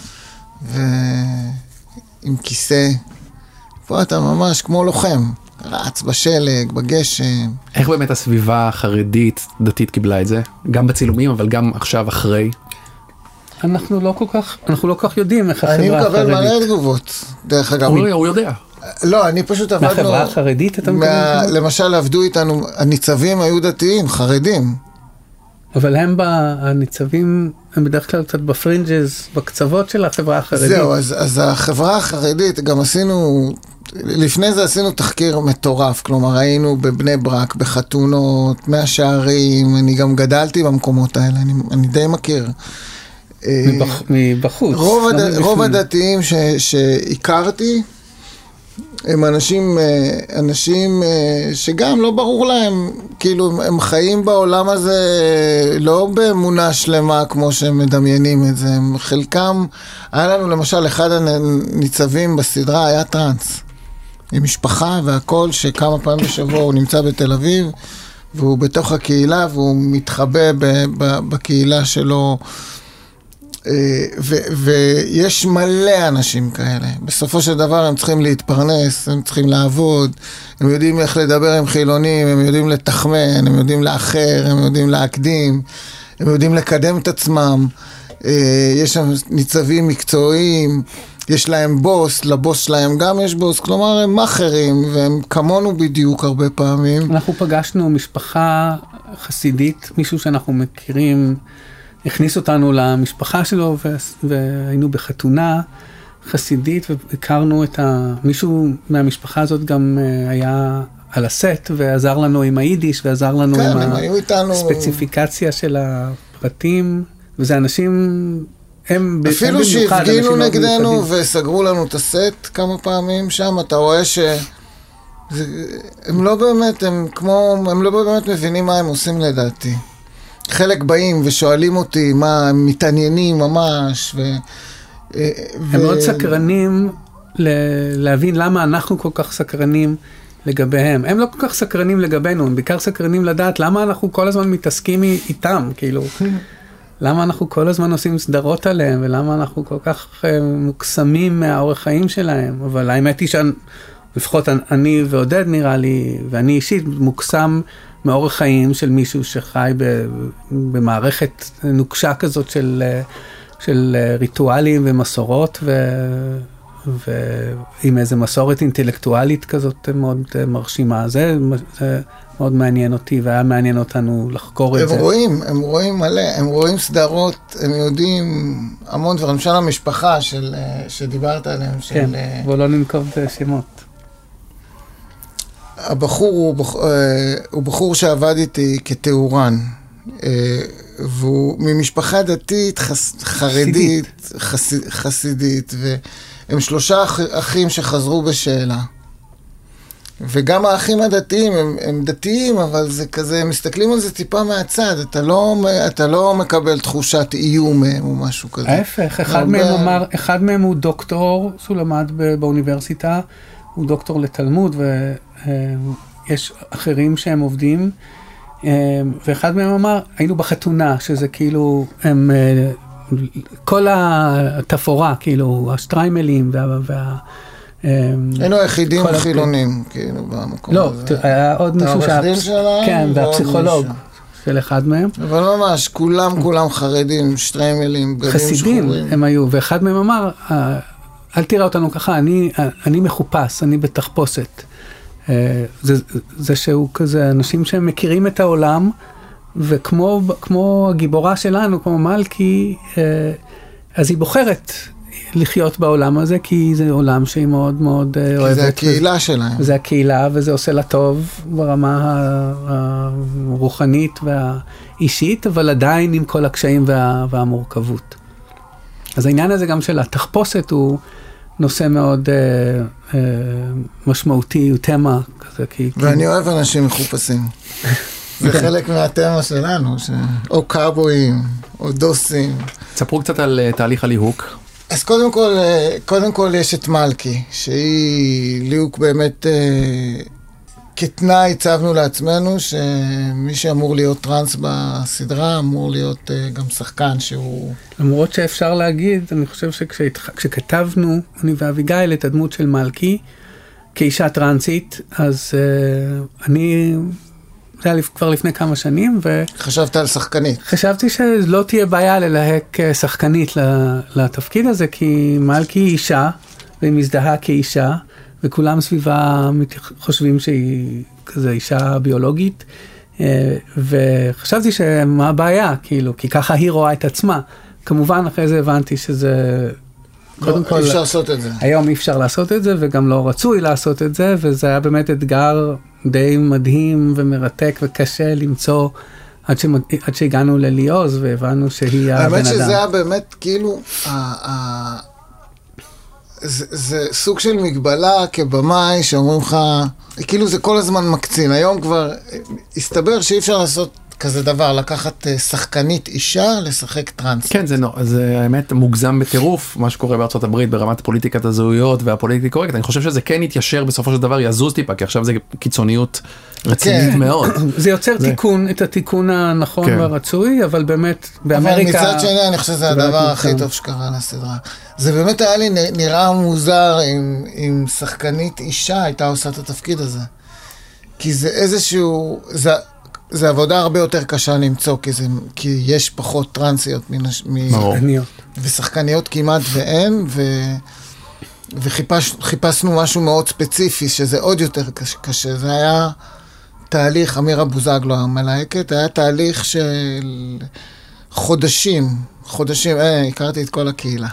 ועם כיסא, פה אתה ממש כמו לוחם, רץ בשלג, בגשם. איך באמת הסביבה החרדית, דתית קיבלה את זה? גם בצילומים, אבל גם עכשיו אחרי? אנחנו לא כל כך יודעים איך החברה החרדית. אני מקבל מלא תגובות, דרך אגב. הוא יודע. לא, אני פשוט עבדנו... מהחברה החרדית אתה מקבל? למשל, עבדו איתנו, הניצבים היו דתיים, חרדים. אבל הניצבים הם בדרך כלל קצת בפרינג'ז, בקצוות של החברה החרדית. זהו, אז החברה החרדית, גם עשינו, לפני זה עשינו תחקיר מטורף, כלומר, היינו בבני ברק, בחתונות, מהשערים, אני גם גדלתי במקומות האלה, אני די מכיר. מבחוץ. רוב הדתיים שהכרתי, הם אנשים שגם לא ברור להם, כאילו הם חיים בעולם הזה לא באמונה שלמה כמו שהם מדמיינים את זה, חלקם, היה לנו למשל אחד הניצבים בסדרה היה טרנס, עם משפחה והכל, שכמה פעמים בשבוע הוא נמצא בתל אביב, והוא בתוך הקהילה והוא מתחבא בקהילה שלו, ויש מלא אנשים כאלה. בסופו של דבר הם צריכים להתפרנס, הם צריכים לעבוד, הם יודעים איך לדבר עם חילונים, הם יודעים לתחמן, הם יודעים לאחר, הם יודעים להקדים, הם יודעים לקדם את עצמם. יש שם ניצבים מקצועיים, יש להם בוס, לבוס שלהם גם יש בוס, כלומר הם מאחרים, והם כמונו בדיוק הרבה פעמים. אנחנו פגשנו משפחה חסידית, מישהו שאנחנו מכירים, הכניס אותנו למשפחה שלו, והיינו בחתונה חסידית, והכרנו את מישהו מהמשפחה הזאת גם היה על הסט, ועזר לנו עם היידיש, ועזר לנו עם הספציפיקציה של הפרטים, וזה אנשים, אפילו שהפגינו נגדנו, וסגרו לנו את הסט כמה פעמים שם, אתה רואה הם לא באמת מבינים מה הם עושים לדעתי. חלק באים ושואלים אותי מה, הם מתעניינים ממש. הם מאוד סקרנים להבין למה אנחנו כל כך סקרנים לגביהם. הם לא כל כך סקרנים לגבינו, הם בעיקר סקרנים לדעת למה אנחנו כל הזמן מתעסקים איתם, כאילו. למה אנחנו כל הזמן עושים סדרות עליהם, ולמה אנחנו כל כך מוקסמים מהאורח חיים שלהם. אבל האמת היא לפחות אני ועודד נראה לי, ואני אישית מוקסם מאורח חיים של מישהו שחי במערכת נוקשה כזאת של ריטואלים ומסורות, ועם איזו מסורת אינטלקטואלית כזאת מאוד מרשימה. זה מאוד מעניין אותי, והיה מעניין אותנו לחקור את זה. הם רואים מלא, הם רואים סדרות, הם יודעים המון דברים, למשל המשפחה שדיברת עליהם. כן, בוא לא ננקוב שמות. הבחור הוא בחור שעבד איתי כתאורן, והוא ממשפחה דתית, חרדית, חסידית, והם 3 אחים שחזרו בשאלה. וגם האחים הדתיים הם דתיים, אבל זה כזה, הם מסתכלים על זה טיפה מהצד, אתה לא מקבל תחושת איום או משהו כזה. ההפך, אחד מהם הוא דוקטור, שהוא למד באוניברסיטה, הוא דוקטור לתלמוד, ויש אחרים שהם עובדים, ואחד מהם אמר, היינו בחתונה, שזה כאילו, כל התפאורה, כאילו, השטריימלים היינו היחידים חילונים, כאילו, במקום הזה. לא, היה עוד מישהו העורך שלהם, כן, והפסיכולוג של אחד מהם. אבל ממש, כולם חרדים, שטריימלים, גדים שחורים. חסידים הם היו, ואחד מהם אמר, אל תראה אותנו ככה, אני מחופש, אני בתחפושת. זה שהוא כזה, אנשים שהם מכירים את העולם, וכמו הגיבורה שלנו, כמו מלכי, אז היא בוחרת לחיות בעולם הזה, כי זה עולם שהיא מאוד מאוד אוהבת. זה הקהילה שלהם. זה הקהילה, וזה עושה לה טוב ברמה הרוחנית והאישית, אבל עדיין עם כל הקשיים והמורכבות. אז העניין הזה גם של התחפושת הוא נושא מאוד משמעותי, הוא תמה כזה. ואני אוהב אנשים מחופשים. זה חלק מהתמה שלנו, או קאבויים, או דוסים. תספרו קצת על תהליך הליהוק. אז קודם כל יש את מלכי, שהיא ליהוק באמת, כתנאי הצבנו לעצמנו, שמי שאמור להיות טרנס בסדרה, אמור להיות גם שחקן שהוא... למרות שאפשר להגיד, אני חושב שכשכתבנו, אני ואביגיל, את הדמות של מלכי, כאישה טרנסית, אז זה היה כבר לפני כמה שנים, חשבת על שחקנית. חשבתי שלא תהיה בעיה ללהק שחקנית לתפקיד הזה, כי מלכי היא אישה, והיא מזדהה כאישה, וכולם סביבה חושבים שהיא כזה אישה ביולוגית, וחשבתי שמה הבעיה, כאילו, כי ככה היא רואה את עצמה. כמובן, אחרי זה הבנתי שזה... קודם כל, אפשר לעשות את זה. היום אי אפשר לעשות את זה, וגם לא רצוי לעשות את זה, וזה היה באמת אתגר די מדהים ומרתק וקשה למצוא, עד שהגענו לליאוז, והבנו שהיא הבן אדם. האמת שזה היה באמת כאילו, זה סוג של מגבלה כבמאי שאומרים לך, כאילו זה כל הזמן מקצין. היום כבר הסתבר שאי אפשר לעשות כזה דבר, לקחת שחקנית אישה, לשחק טרנס. כן, זה האמת מוגזם בטירוף, מה שקורה בארצות הברית ברמת פוליטיקת הזהויות והפוליטיקה קורקט. אני חושב שזה כן יתיישר בסופו של דבר, יזוז טיפה, כי עכשיו זה קיצוניות רצינית מאוד. זה יוצר תיקון, את התיקון הנכון והרצוי, אבל באמת באמריקה... אבל מצד שני, אני חושב שזה הדבר הכי טוב שקרה לסדרה. זה באמת היה לי נראה מוזר אם שחקנית אישה הייתה עושה את התפקיד הזה. כי זה איזשהו... זה עבודה הרבה יותר קשה למצוא, כי יש פחות טרנסיות ושחקניות כמעט ואין, וחיפשנו משהו מאוד ספציפי, שזה עוד יותר קשה. זה היה תהליך, אמירה בוזגלו המלהקת, היה תהליך של חודשים, הכרתי את כל הקהילה.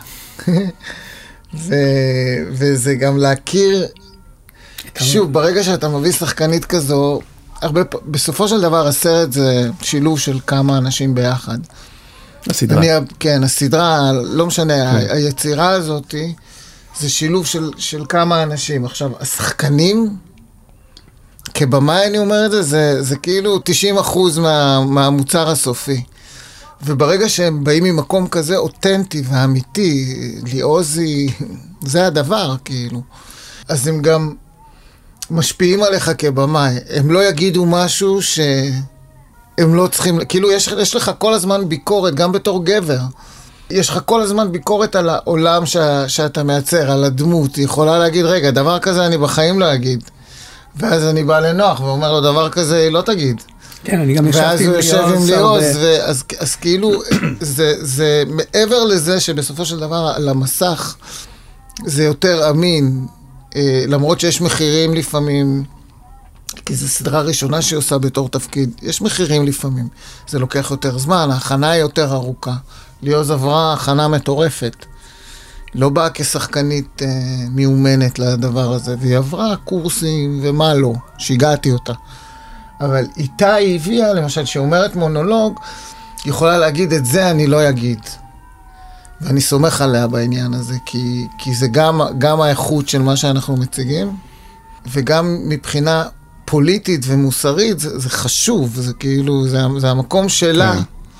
וזה גם להכיר, שוב, ברגע שאתה מביא שחקנית כזו, בסופו של דבר הסרט זה שילוב של כמה אנשים ביחד. הסדרה. כן, הסדרה, לא משנה, היצירה הזאת זה שילוב של כמה אנשים. עכשיו, השחקנים, כבמאי אני אומר את זה, זה כאילו 90% מהמוצר הסופי. וברגע שהם באים ממקום כזה אותנטי ואמיתי, ליאוזי, זה הדבר, כאילו. אז הם גם משפיעים עליך כבמאי. הם לא יגידו משהו שהם לא צריכים, כאילו יש לך כל הזמן ביקורת, גם בתור גבר. יש לך כל הזמן ביקורת על העולם שאתה מייצר, על הדמות. היא יכולה להגיד, רגע, דבר כזה אני בחיים לא אגיד. ואז אני בא לנוח ואומר לו, דבר כזה לא תגיד. כן, אני גם ישבתי עם ליאוז. אז כאילו, זה מעבר לזה שבסופו של דבר על המסך, זה יותר אמין, למרות שיש מחירים לפעמים, כי זו סדרה ראשונה שהיא עושה בתור תפקיד, יש מחירים לפעמים, זה לוקח יותר זמן, ההכנה היא יותר ארוכה, ליאוז עברה הכנה מטורפת, לא באה כשחקנית מיומנת לדבר הזה, והיא עברה קורסים ומה לא, שיגעתי אותה. אבל איתה היא הביאה, למשל, שאומרת מונולוג, היא יכולה להגיד את זה אני לא אגיד. ואני סומך עליה בעניין הזה, כי זה גם האיכות של מה שאנחנו מציגים, וגם מבחינה פוליטית ומוסרית, זה חשוב, זה כאילו, זה המקום שלה.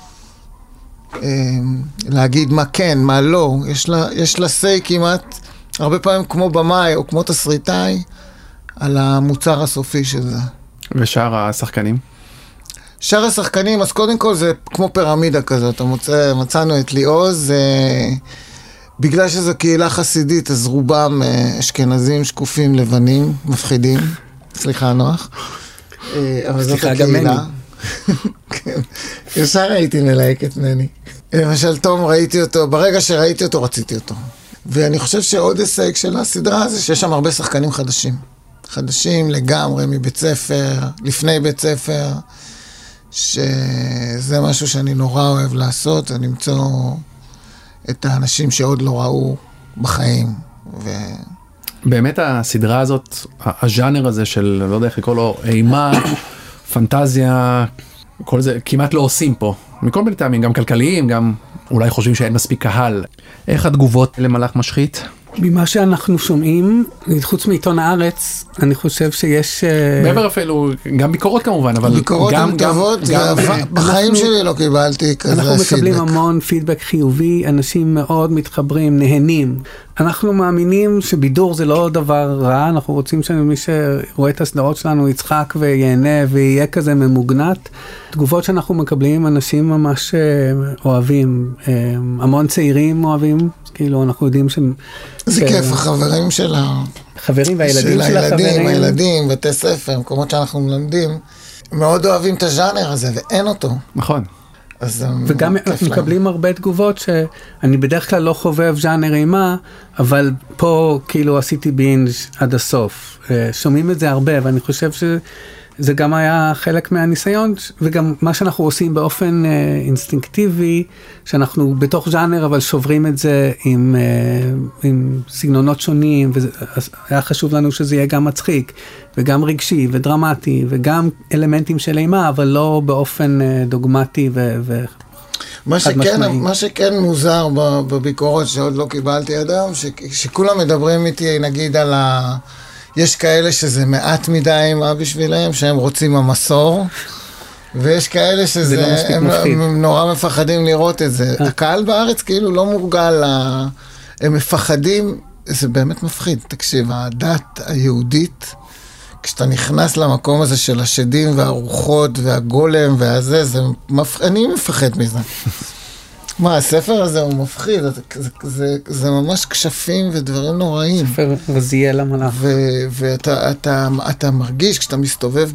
להגיד מה כן, מה לא, יש לה סי כמעט, הרבה פעמים כמו במאי או כמו תסריטאי, על המוצר הסופי של זה. ושאר השחקנים? שאר השחקנים, אז קודם כל זה כמו פירמידה כזאת, מצאנו את ליאוז, בגלל שזו קהילה חסידית, אז רובם אשכנזים, שקופים, לבנים, מפחידים, סליחה נוח, אבל זאת הקהילה. ישר הייתי מלהקת מני. למשל, תום, ראיתי אותו, ברגע שראיתי אותו, רציתי אותו. ואני חושב שעוד הישג של הסדרה זה שיש שם הרבה שחקנים חדשים. חדשים לגמרי מבית ספר, לפני בית ספר, שזה משהו שאני נורא אוהב לעשות, למצוא את האנשים שעוד לא ראו בחיים. באמת הסדרה הזאת, הז'אנר הזה של, לא יודע איך לקרוא לו, אימה, פנטזיה, כל זה כמעט לא עושים פה. מכל מיני טעמים, גם כלכליים, גם אולי חושבים שאין מספיק קהל. איך התגובות למלאך משחית? ממה שאנחנו שומעים, חוץ מעיתון הארץ, אני חושב שיש... מעבר אפילו, גם ביקורות כמובן, אבל ביקורות הן טובות, בחיים שלי לא קיבלתי כזה פידבק. אנחנו מקבלים המון פידבק חיובי, אנשים מאוד מתחברים, נהנים. אנחנו מאמינים שבידור זה לא דבר רע, אנחנו רוצים שמי שרואה את הסדרות שלנו יצחק ויהנה ויהיה כזה ממוגנת. תגובות שאנחנו מקבלים, אנשים ממש אוהבים, המון צעירים אוהבים, כאילו אנחנו יודעים זה כיף, החברים של חברים והילדים של החברים. הילדים, בתי ספר, מקומות שאנחנו מלמדים, מאוד אוהבים את הז'אנר הזה, ואין אותו. נכון. וגם אנחנו מקבלים הרבה תגובות שאני בדרך כלל לא חובב ז'אנר אימה, אבל פה כאילו עשיתי בינג' עד הסוף. שומעים את זה הרבה, ואני חושב שזה גם היה חלק מהניסיון, וגם מה שאנחנו עושים באופן אינסטינקטיבי, שאנחנו בתוך ז'אנר, אבל שוברים את זה עם סגנונות שונים, והיה חשוב לנו שזה יהיה גם מצחיק, וגם רגשי ודרמטי, וגם אלמנטים של אימה, אבל לא באופן דוגמטי מה שכן מוזר בביקורות שעוד לא קיבלתי עד היום, שכולם מדברים איתי נגיד על יש כאלה שזה מעט מדי אימה בשבילם, שהם רוצים המסור, ויש כאלה שזה, הם נורא מפחדים לראות את זה. הקהל בארץ כאילו לא מורגל, הם מפחדים, זה באמת מפחיד. תקשיב, הדת היהודית, כשאתה נכנס למקום הזה של השדים והרוחות והגולם והזה, אני מפחד מזה. מה, הספר הזה הוא מפחיד, זה ממש כשפים ודברים נוראים. ספר רזיאל המלאך. ואתה מרגיש, כשאתה מסתובב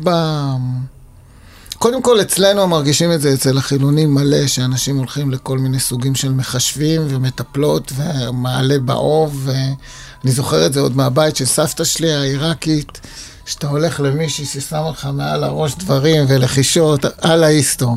קודם כל, אצלנו מרגישים את זה, אצל החילונים מלא, שאנשים הולכים לכל מיני סוגים של מחשבים ומטפלות ומעלה באוב, ואני זוכר את זה עוד מהבית של סבתא שלי העיראקית, שאתה הולך למישהי ששם לך מעל הראש דברים ולחישות, על ההיסטור.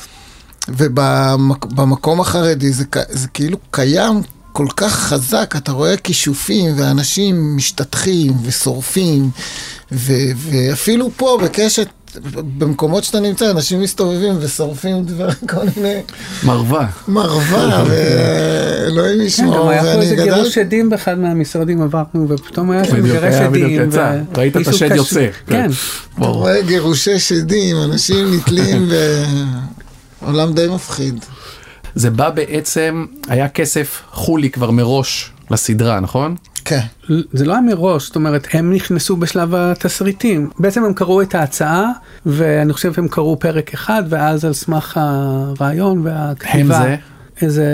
ובמקום החרדי זה כאילו קיים כל כך חזק, אתה רואה כישופים ואנשים משתתחים ושורפים, ואפילו פה בקשת, במקומות שאתה נמצא, אנשים מסתובבים ושורפים דברים, כל מיני... מרווה, ואלוהים ישמור. גם היה פה איזה גירוש עדים באחד מהמשרדים עברנו, ופתאום היה שם גירש עדים. ראית את השד יוצא. כן. אתה רואה גירושי שדים, אנשים נתלים בעולם די מפחיד. זה בא בעצם, היה כסף חולי כבר מראש לסדרה, נכון? כן. זה לא היה מראש, זאת אומרת, הם נכנסו בשלב התסריטים. בעצם הם קראו את ההצעה, ואני חושב הם קראו פרק אחד, ואז על סמך הרעיון והכתיבה. הם זה? איזה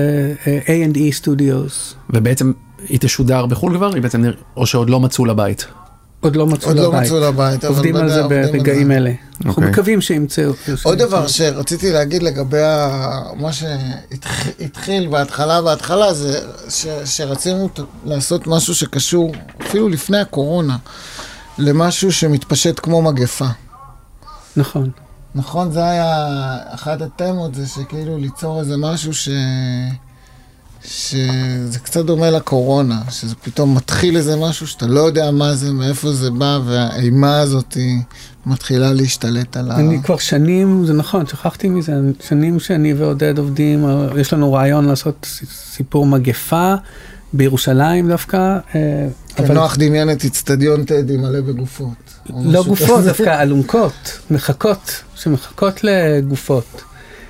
A&E Studios. ובעצם היא תשודר בחול כבר? היא בעצם, או שעוד לא מצאו לבית? עוד לא מצאו עוד לא מצאו לבית. עובדים על זה ברגעים אלה. אנחנו מקווים שימצאו. עוד דבר שרציתי להגיד לגבי מה שהתחיל בהתחלה, זה שרצינו לעשות משהו שקשור, אפילו לפני הקורונה, למשהו שמתפשט כמו מגפה. נכון. נכון, זה היה אחת התמות, זה שכאילו ליצור איזה משהו שזה קצת דומה לקורונה, שזה פתאום מתחיל איזה משהו שאתה לא יודע מה זה, מאיפה זה בא, והאימה הזאת היא מתחילה להשתלט על אני כבר שנים, זה נכון, שכחתי מזה, שנים שאני ועודד עובדים, יש לנו רעיון לעשות סיפור מגפה, בירושלים דווקא. נוח דמיין את אצטדיון טדי מלא בגופות. לא גופות, דווקא אלונקות, שמחכות לגופות.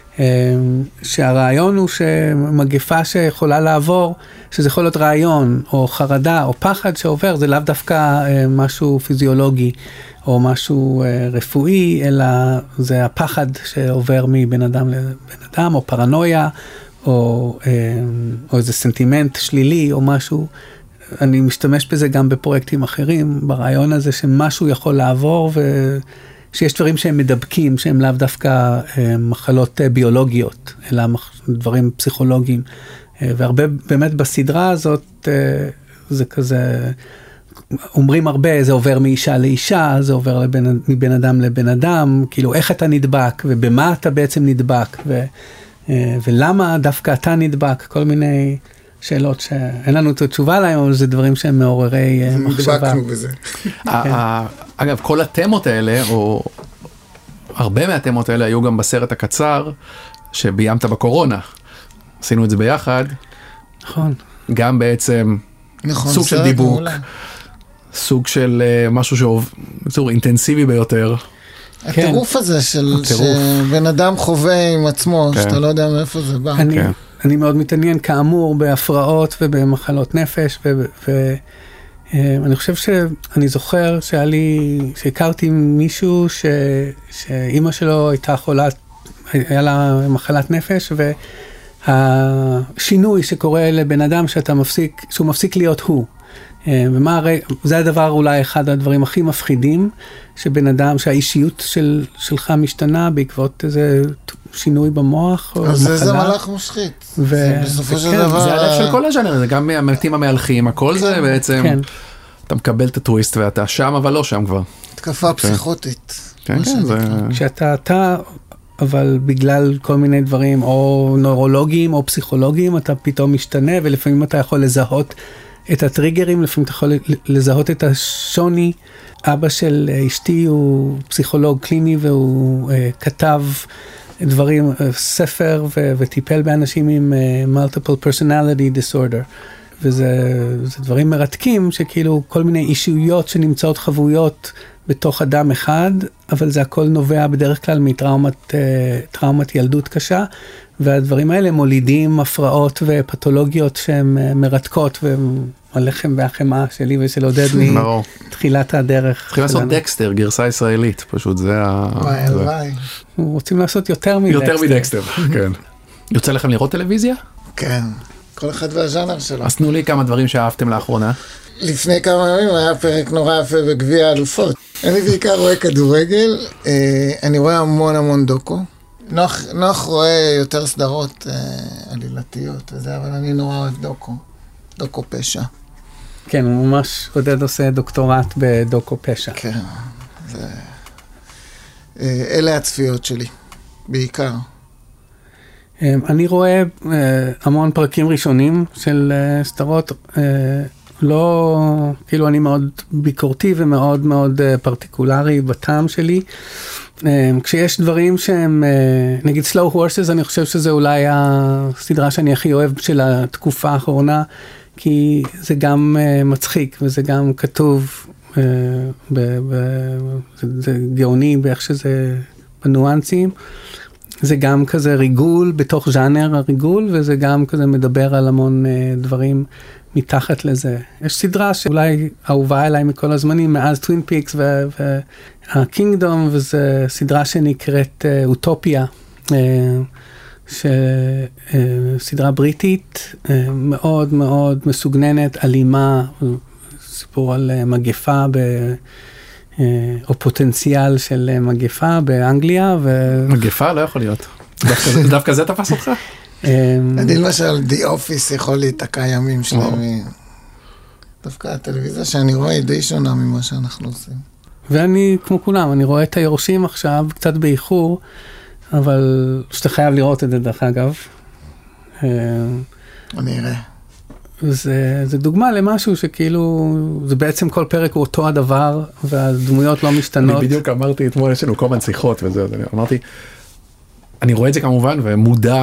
שהרעיון הוא שמגפה שיכולה לעבור, שזה יכול להיות רעיון או חרדה או פחד שעובר, זה לאו דווקא משהו פיזיולוגי או משהו רפואי, אלא זה הפחד שעובר מבן אדם לבן אדם, או פרנויה, או איזה סנטימנט שלילי או משהו. אני משתמש בזה גם בפרויקטים אחרים, ברעיון הזה שמשהו יכול לעבור שיש דברים שהם מדבקים, שהם לאו דווקא מחלות ביולוגיות, אלא דברים פסיכולוגיים. והרבה, באמת בסדרה הזאת, זה כזה, אומרים הרבה, זה עובר מאישה לאישה, זה עובר מבן אדם לבן אדם, כאילו איך אתה נדבק, ובמה אתה בעצם נדבק, ולמה דווקא אתה נדבק, כל מיני שאלות שאין לנו את התשובה להם, אבל זה דברים שהם מעוררי מחשבה. נדבקנו בזה. אגב, כל התמות האלה, או הרבה מהתמות האלה, היו גם בסרט הקצר, שביימת בקורונה. עשינו את זה ביחד. נכון. גם בעצם סוג של דיבוק, סוג של משהו שהוא אינטנסיבי ביותר. הטירוף הזה שבן אדם חווה עם עצמו, שאתה לא יודע מאיפה זה בא. אני מאוד מתעניין כאמור בהפרעות ובמחלות נפש, ואני חושב שאני זוכר שהכרתי מישהו שאימא שלו הייתה חולה, היה לה מחלת נפש, והשינוי שקורה לבן אדם שהוא מפסיק להיות הוא. זה הדבר אולי אחד הדברים הכי מפחידים, שבן אדם, שהאישיות שלך משתנה בעקבות איזה שינוי במוח או מחלה. אז זה מלאך משחית. בסופו של דבר... זה הלב של כל הז'אנר, זה גם המתים המהלכים, הכל זה בעצם, אתה מקבל את הטוויסט ואתה שם, אבל לא שם כבר. תקפה פסיכוטית. כן, כן, זה... כשאתה, אבל בגלל כל מיני דברים, או נוירולוגיים או פסיכולוגיים, אתה פתאום משתנה, ולפעמים אתה יכול לזהות את הטריגרים, לפעמים אתה יכול לזהות את השוני. אבא של אשתי הוא פסיכולוג קליני, והוא כתב דברים, ספר, וטיפל באנשים עם multiple personality disorder. וזה דברים מרתקים, שכאילו כל מיני אישויות שנמצאות חבויות בתוך אדם אחד, אבל זה הכל נובע בדרך כלל מטראומת ילדות קשה, והדברים האלה מולידים הפרעות ופתולוגיות שהן מרתקות, והלחם והחמאה שלי ושל עודד מתחילת הדרך. צריכים לעשות דקסטר, גרסה ישראלית, פשוט זה וואי. רוצים לעשות יותר מדקסטר. יותר מדקסטר, כן. יוצא לכם לראות טלוויזיה? כן, כל אחד והז'אנר שלו. אז תנו לי כמה דברים שאהבתם לאחרונה. לפני כמה ימים היה פרק נורא יפה בגביע האלופות. אני בעיקר רואה כדורגל, אני רואה המון דוקו. נוח רואה יותר סדרות עלילתיות וזה, אבל אני נורא אוהב דוקו פשע. כן, הוא ממש עודד עושה דוקטורט בדוקו פשע. כן, אלה הצפיות שלי, בעיקר. אני רואה המון פרקים ראשונים של סדרות, לא, כאילו אני מאוד ביקורתי ומאוד מאוד פרטיקולרי בטעם שלי. כשיש דברים שהם, נגיד Slow Horses, אני חושב שזה אולי הסדרה שאני הכי אוהב של התקופה האחרונה, כי זה גם מצחיק וזה גם כתוב, זה גאוני באיך שזה בניואנסים. זה גם כזה ריגול בתוך ז'אנר הריגול, וזה גם כזה מדבר על המון דברים מתחת לזה. יש סדרה שאולי אהובה אליי מכל הזמנים, מאז טווין פיקס והקינגדום, וזו סדרה שנקראת אוטופיה, סדרה בריטית, מאוד מאוד מסוגננת, אלימה, סיפור על מגפה, או פוטנציאל של מגפה באנגליה. מגפה לא יכול להיות. דווקא זה תפס אותך? אני למשל, The Office יכול להיתקע ימים שלמים. דווקא הטלוויזיה שאני רואה היא די שונה ממה שאנחנו עושים. ואני, כמו כולם, אני רואה את היורשים עכשיו, קצת באיחור, אבל שאתה חייב לראות את זה דרך אגב. אני אראה. זה דוגמה למשהו שכאילו, זה בעצם כל פרק הוא אותו הדבר, והדמויות לא משתנות. אני בדיוק אמרתי, אתמול יש לנו כל מיני שיחות וזה, אמרתי, אני רואה את זה כמובן, ומודע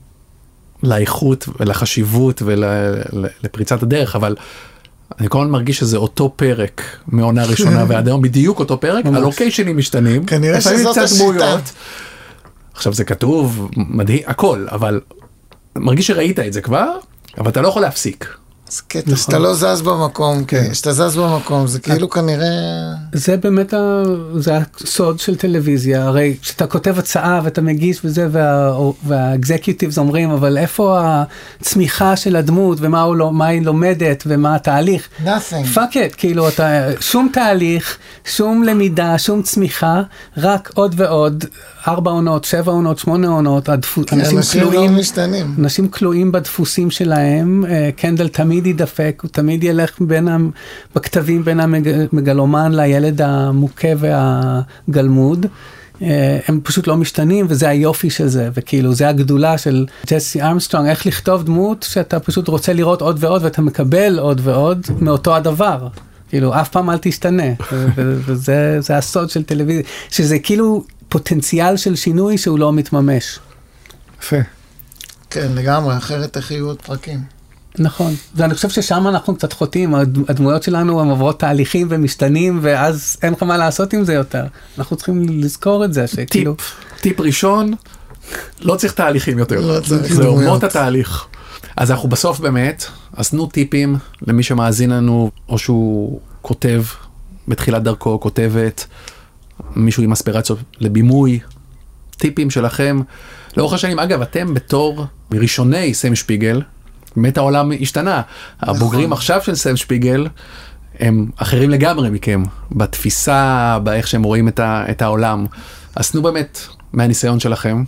לאיכות ולחשיבות ולפריצת הדרך, אבל אני כל הזמן מרגיש שזה אותו פרק מעונה ראשונה ועד היום, בדיוק אותו פרק, הלוקיישנים משתנים, כנראה שזאת השיטה. עכשיו זה כתוב, מדהים, הכל, אבל מרגיש שראית את זה כבר, אבל אתה לא יכול להפסיק. זה קטע, שאתה לא זז במקום, שאתה זז במקום, זה כאילו כנראה... זה באמת, זה הסוד של טלוויזיה, הרי כשאתה כותב הצעה ואתה מגיש וזה, והאקזקיוטיבס אומרים, אבל איפה הצמיחה של הדמות, ומה היא לומדת, ומה התהליך? Nothing. Fuck it, כאילו, שום תהליך, שום למידה, שום צמיחה, רק עוד ועוד, 4 עונות, 7 עונות, 8 עונות, אנשים כלואים בדפוסים שלהם, קנדל תמיד ידפק, הוא תמיד ילך בכתבים בין המגלומן לילד המוכה והגלמוד, הם פשוט לא משתנים, וזה היופי של זה, וכאילו זה הגדולה של ג'סי ארמסטרונג, איך לכתוב דמות שאתה פשוט רוצה לראות עוד ועוד, ואתה מקבל עוד ועוד מאותו הדבר. כאילו, אף פעם אל תשתנה, וזה הסוד של טלוויזיה, שזה כאילו פוטנציאל של שינוי שהוא לא מתממש. יפה. כן, לגמרי, אחרת איך יהיו עוד פרקים. נכון, ואני חושב ששם אנחנו קצת חוטאים, הדמויות שלנו הם עוברות תהליכים ומשתנים, ואז אין לך מה לעשות עם זה יותר. אנחנו צריכים לזכור את זה, שכאילו... טיפ ראשון, לא צריך תהליכים יותר. לא צריך זה אומות התהליך. אז אנחנו בסוף באמת, אז תנו טיפים למי שמאזין לנו, או שהוא כותב בתחילת דרכו, כותבת, מישהו עם אספירציות לבימוי, טיפים שלכם. לאורך השנים, אגב, אתם בתור מראשוני סם שפיגל, באמת העולם השתנה. הבוגרים עכשיו של סם שפיגל, הם אחרים לגמרי מכם, בתפיסה, באיך שהם רואים את העולם. אז תנו באמת מהניסיון שלכם.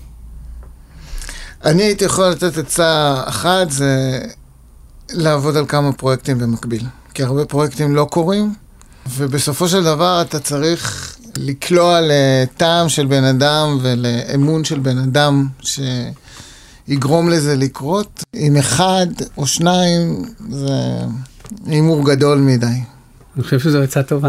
אני הייתי יכול לתת עצה אחת, זה לעבוד על כמה פרויקטים במקביל. כי הרבה פרויקטים לא קורים, ובסופו של דבר אתה צריך לקלוע לטעם של בן אדם ולאמון של בן אדם שיגרום לזה לקרות. עם 1 או 2 זה הימור גדול מדי. אני חושב שזו עצה טובה.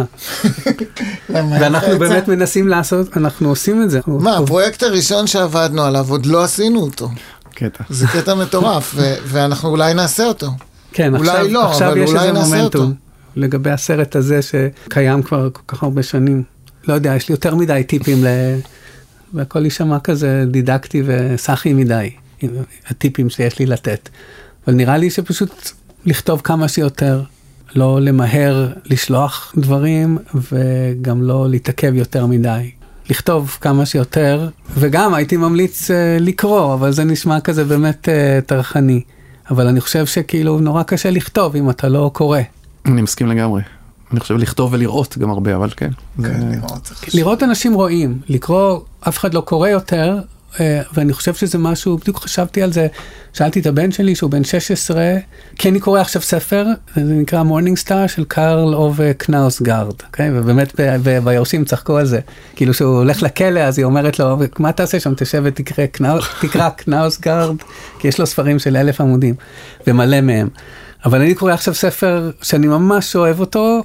ואנחנו באמת מנסים לעשות, אנחנו עושים את זה. מה, הפרויקט הראשון שעבדנו עליו, עוד לא עשינו אותו. קטע. זה קטע מטורף, ואנחנו אולי נעשה אותו. כן, אולי לא, אבל אולי נעשה אותו. לגבי הסרט הזה שקיים כבר כל כך הרבה שנים. לא יודע, יש לי יותר מדי טיפים, והכל יישמע כזה דידקטי וסחי מדי, הטיפים שיש לי לתת. אבל נראה לי שפשוט לכתוב כמה שיותר, לא למהר לשלוח דברים, וגם לא להתעכב יותר מדי. לכתוב כמה שיותר, וגם הייתי ממליץ לקרוא, אבל זה נשמע כזה באמת תרחני. אבל אני חושב שכאילו נורא קשה לכתוב אם אתה לא קורא. אני מסכים לגמרי. אני חושב לכתוב ולראות גם הרבה, אבל כן. כן, לראות אנשים רואים, לקרוא, אף אחד לא קורא יותר, ואני חושב שזה משהו, בדיוק חשבתי על זה, שאלתי את הבן שלי שהוא בן 16, כי אני קורא עכשיו ספר, זה נקרא מורנינג סטאר של קארל אובה קנאוסגארד, ובאמת ביורשים צחקו על זה, כאילו שהוא הולך לכלא, אז היא אומרת לו, מה תעשה שם, תשב ותקרא קנאוסגארד, כי יש לו ספרים של 1000 עמודים, ומלא מהם. אבל אני קורא עכשיו ספר שאני ממש אוהב אותו,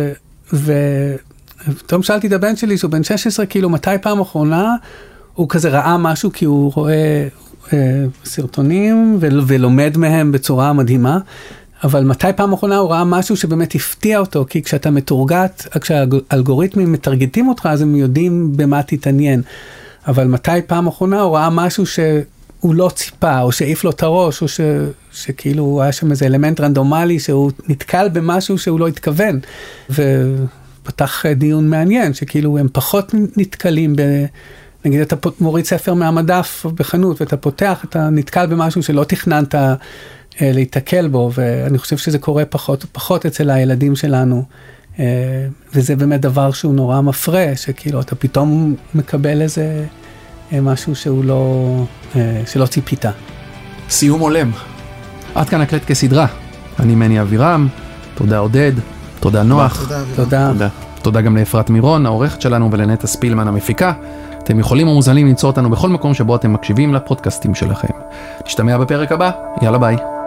ופתאום שאלתי את הבן שלי שהוא בן 16, כאילו מתי פעם אחרונה, הוא כזה ראה משהו כי הוא רואה סרטונים ולומד מהם בצורה מדהימה, אבל מתי פעם אחרונה הוא ראה משהו שבאמת הפתיע אותו, כי כשאתה מתורגת, כשהאלגוריתמים מתרגטים אותך, אז הם יודעים במה תתעניין. אבל מתי פעם אחרונה הוא ראה משהו שהוא לא ציפה, או שהעיף לו את הראש, או שכאילו היה שם איזה אלמנט רנדומלי, שהוא נתקל במשהו שהוא לא התכוון. ופתח דיון מעניין, שכאילו הם פחות נתקלים נגיד אתה מוריד ספר מהמדף בחנות, ואתה פותח, אתה נתקל במשהו שלא תכננת להתקל בו, ואני חושב שזה קורה פחות אצל הילדים שלנו, וזה באמת דבר שהוא נורא מפרה, שכאילו אתה פתאום מקבל איזה משהו שהוא שלא ציפית. סיום עולם. עד כאן הקלט כסדרה. אני מני אבירם, תודה עודד, תודה נוח. תודה. תודה גם לאפרת מירון, העורכת שלנו, ולנטע ספילמן המפיקה. אתם יכולים ומוזמנים למצוא אותנו בכל מקום שבו אתם מקשיבים לפודקאסטים שלכם. נשתמע בפרק הבא, יאללה ביי.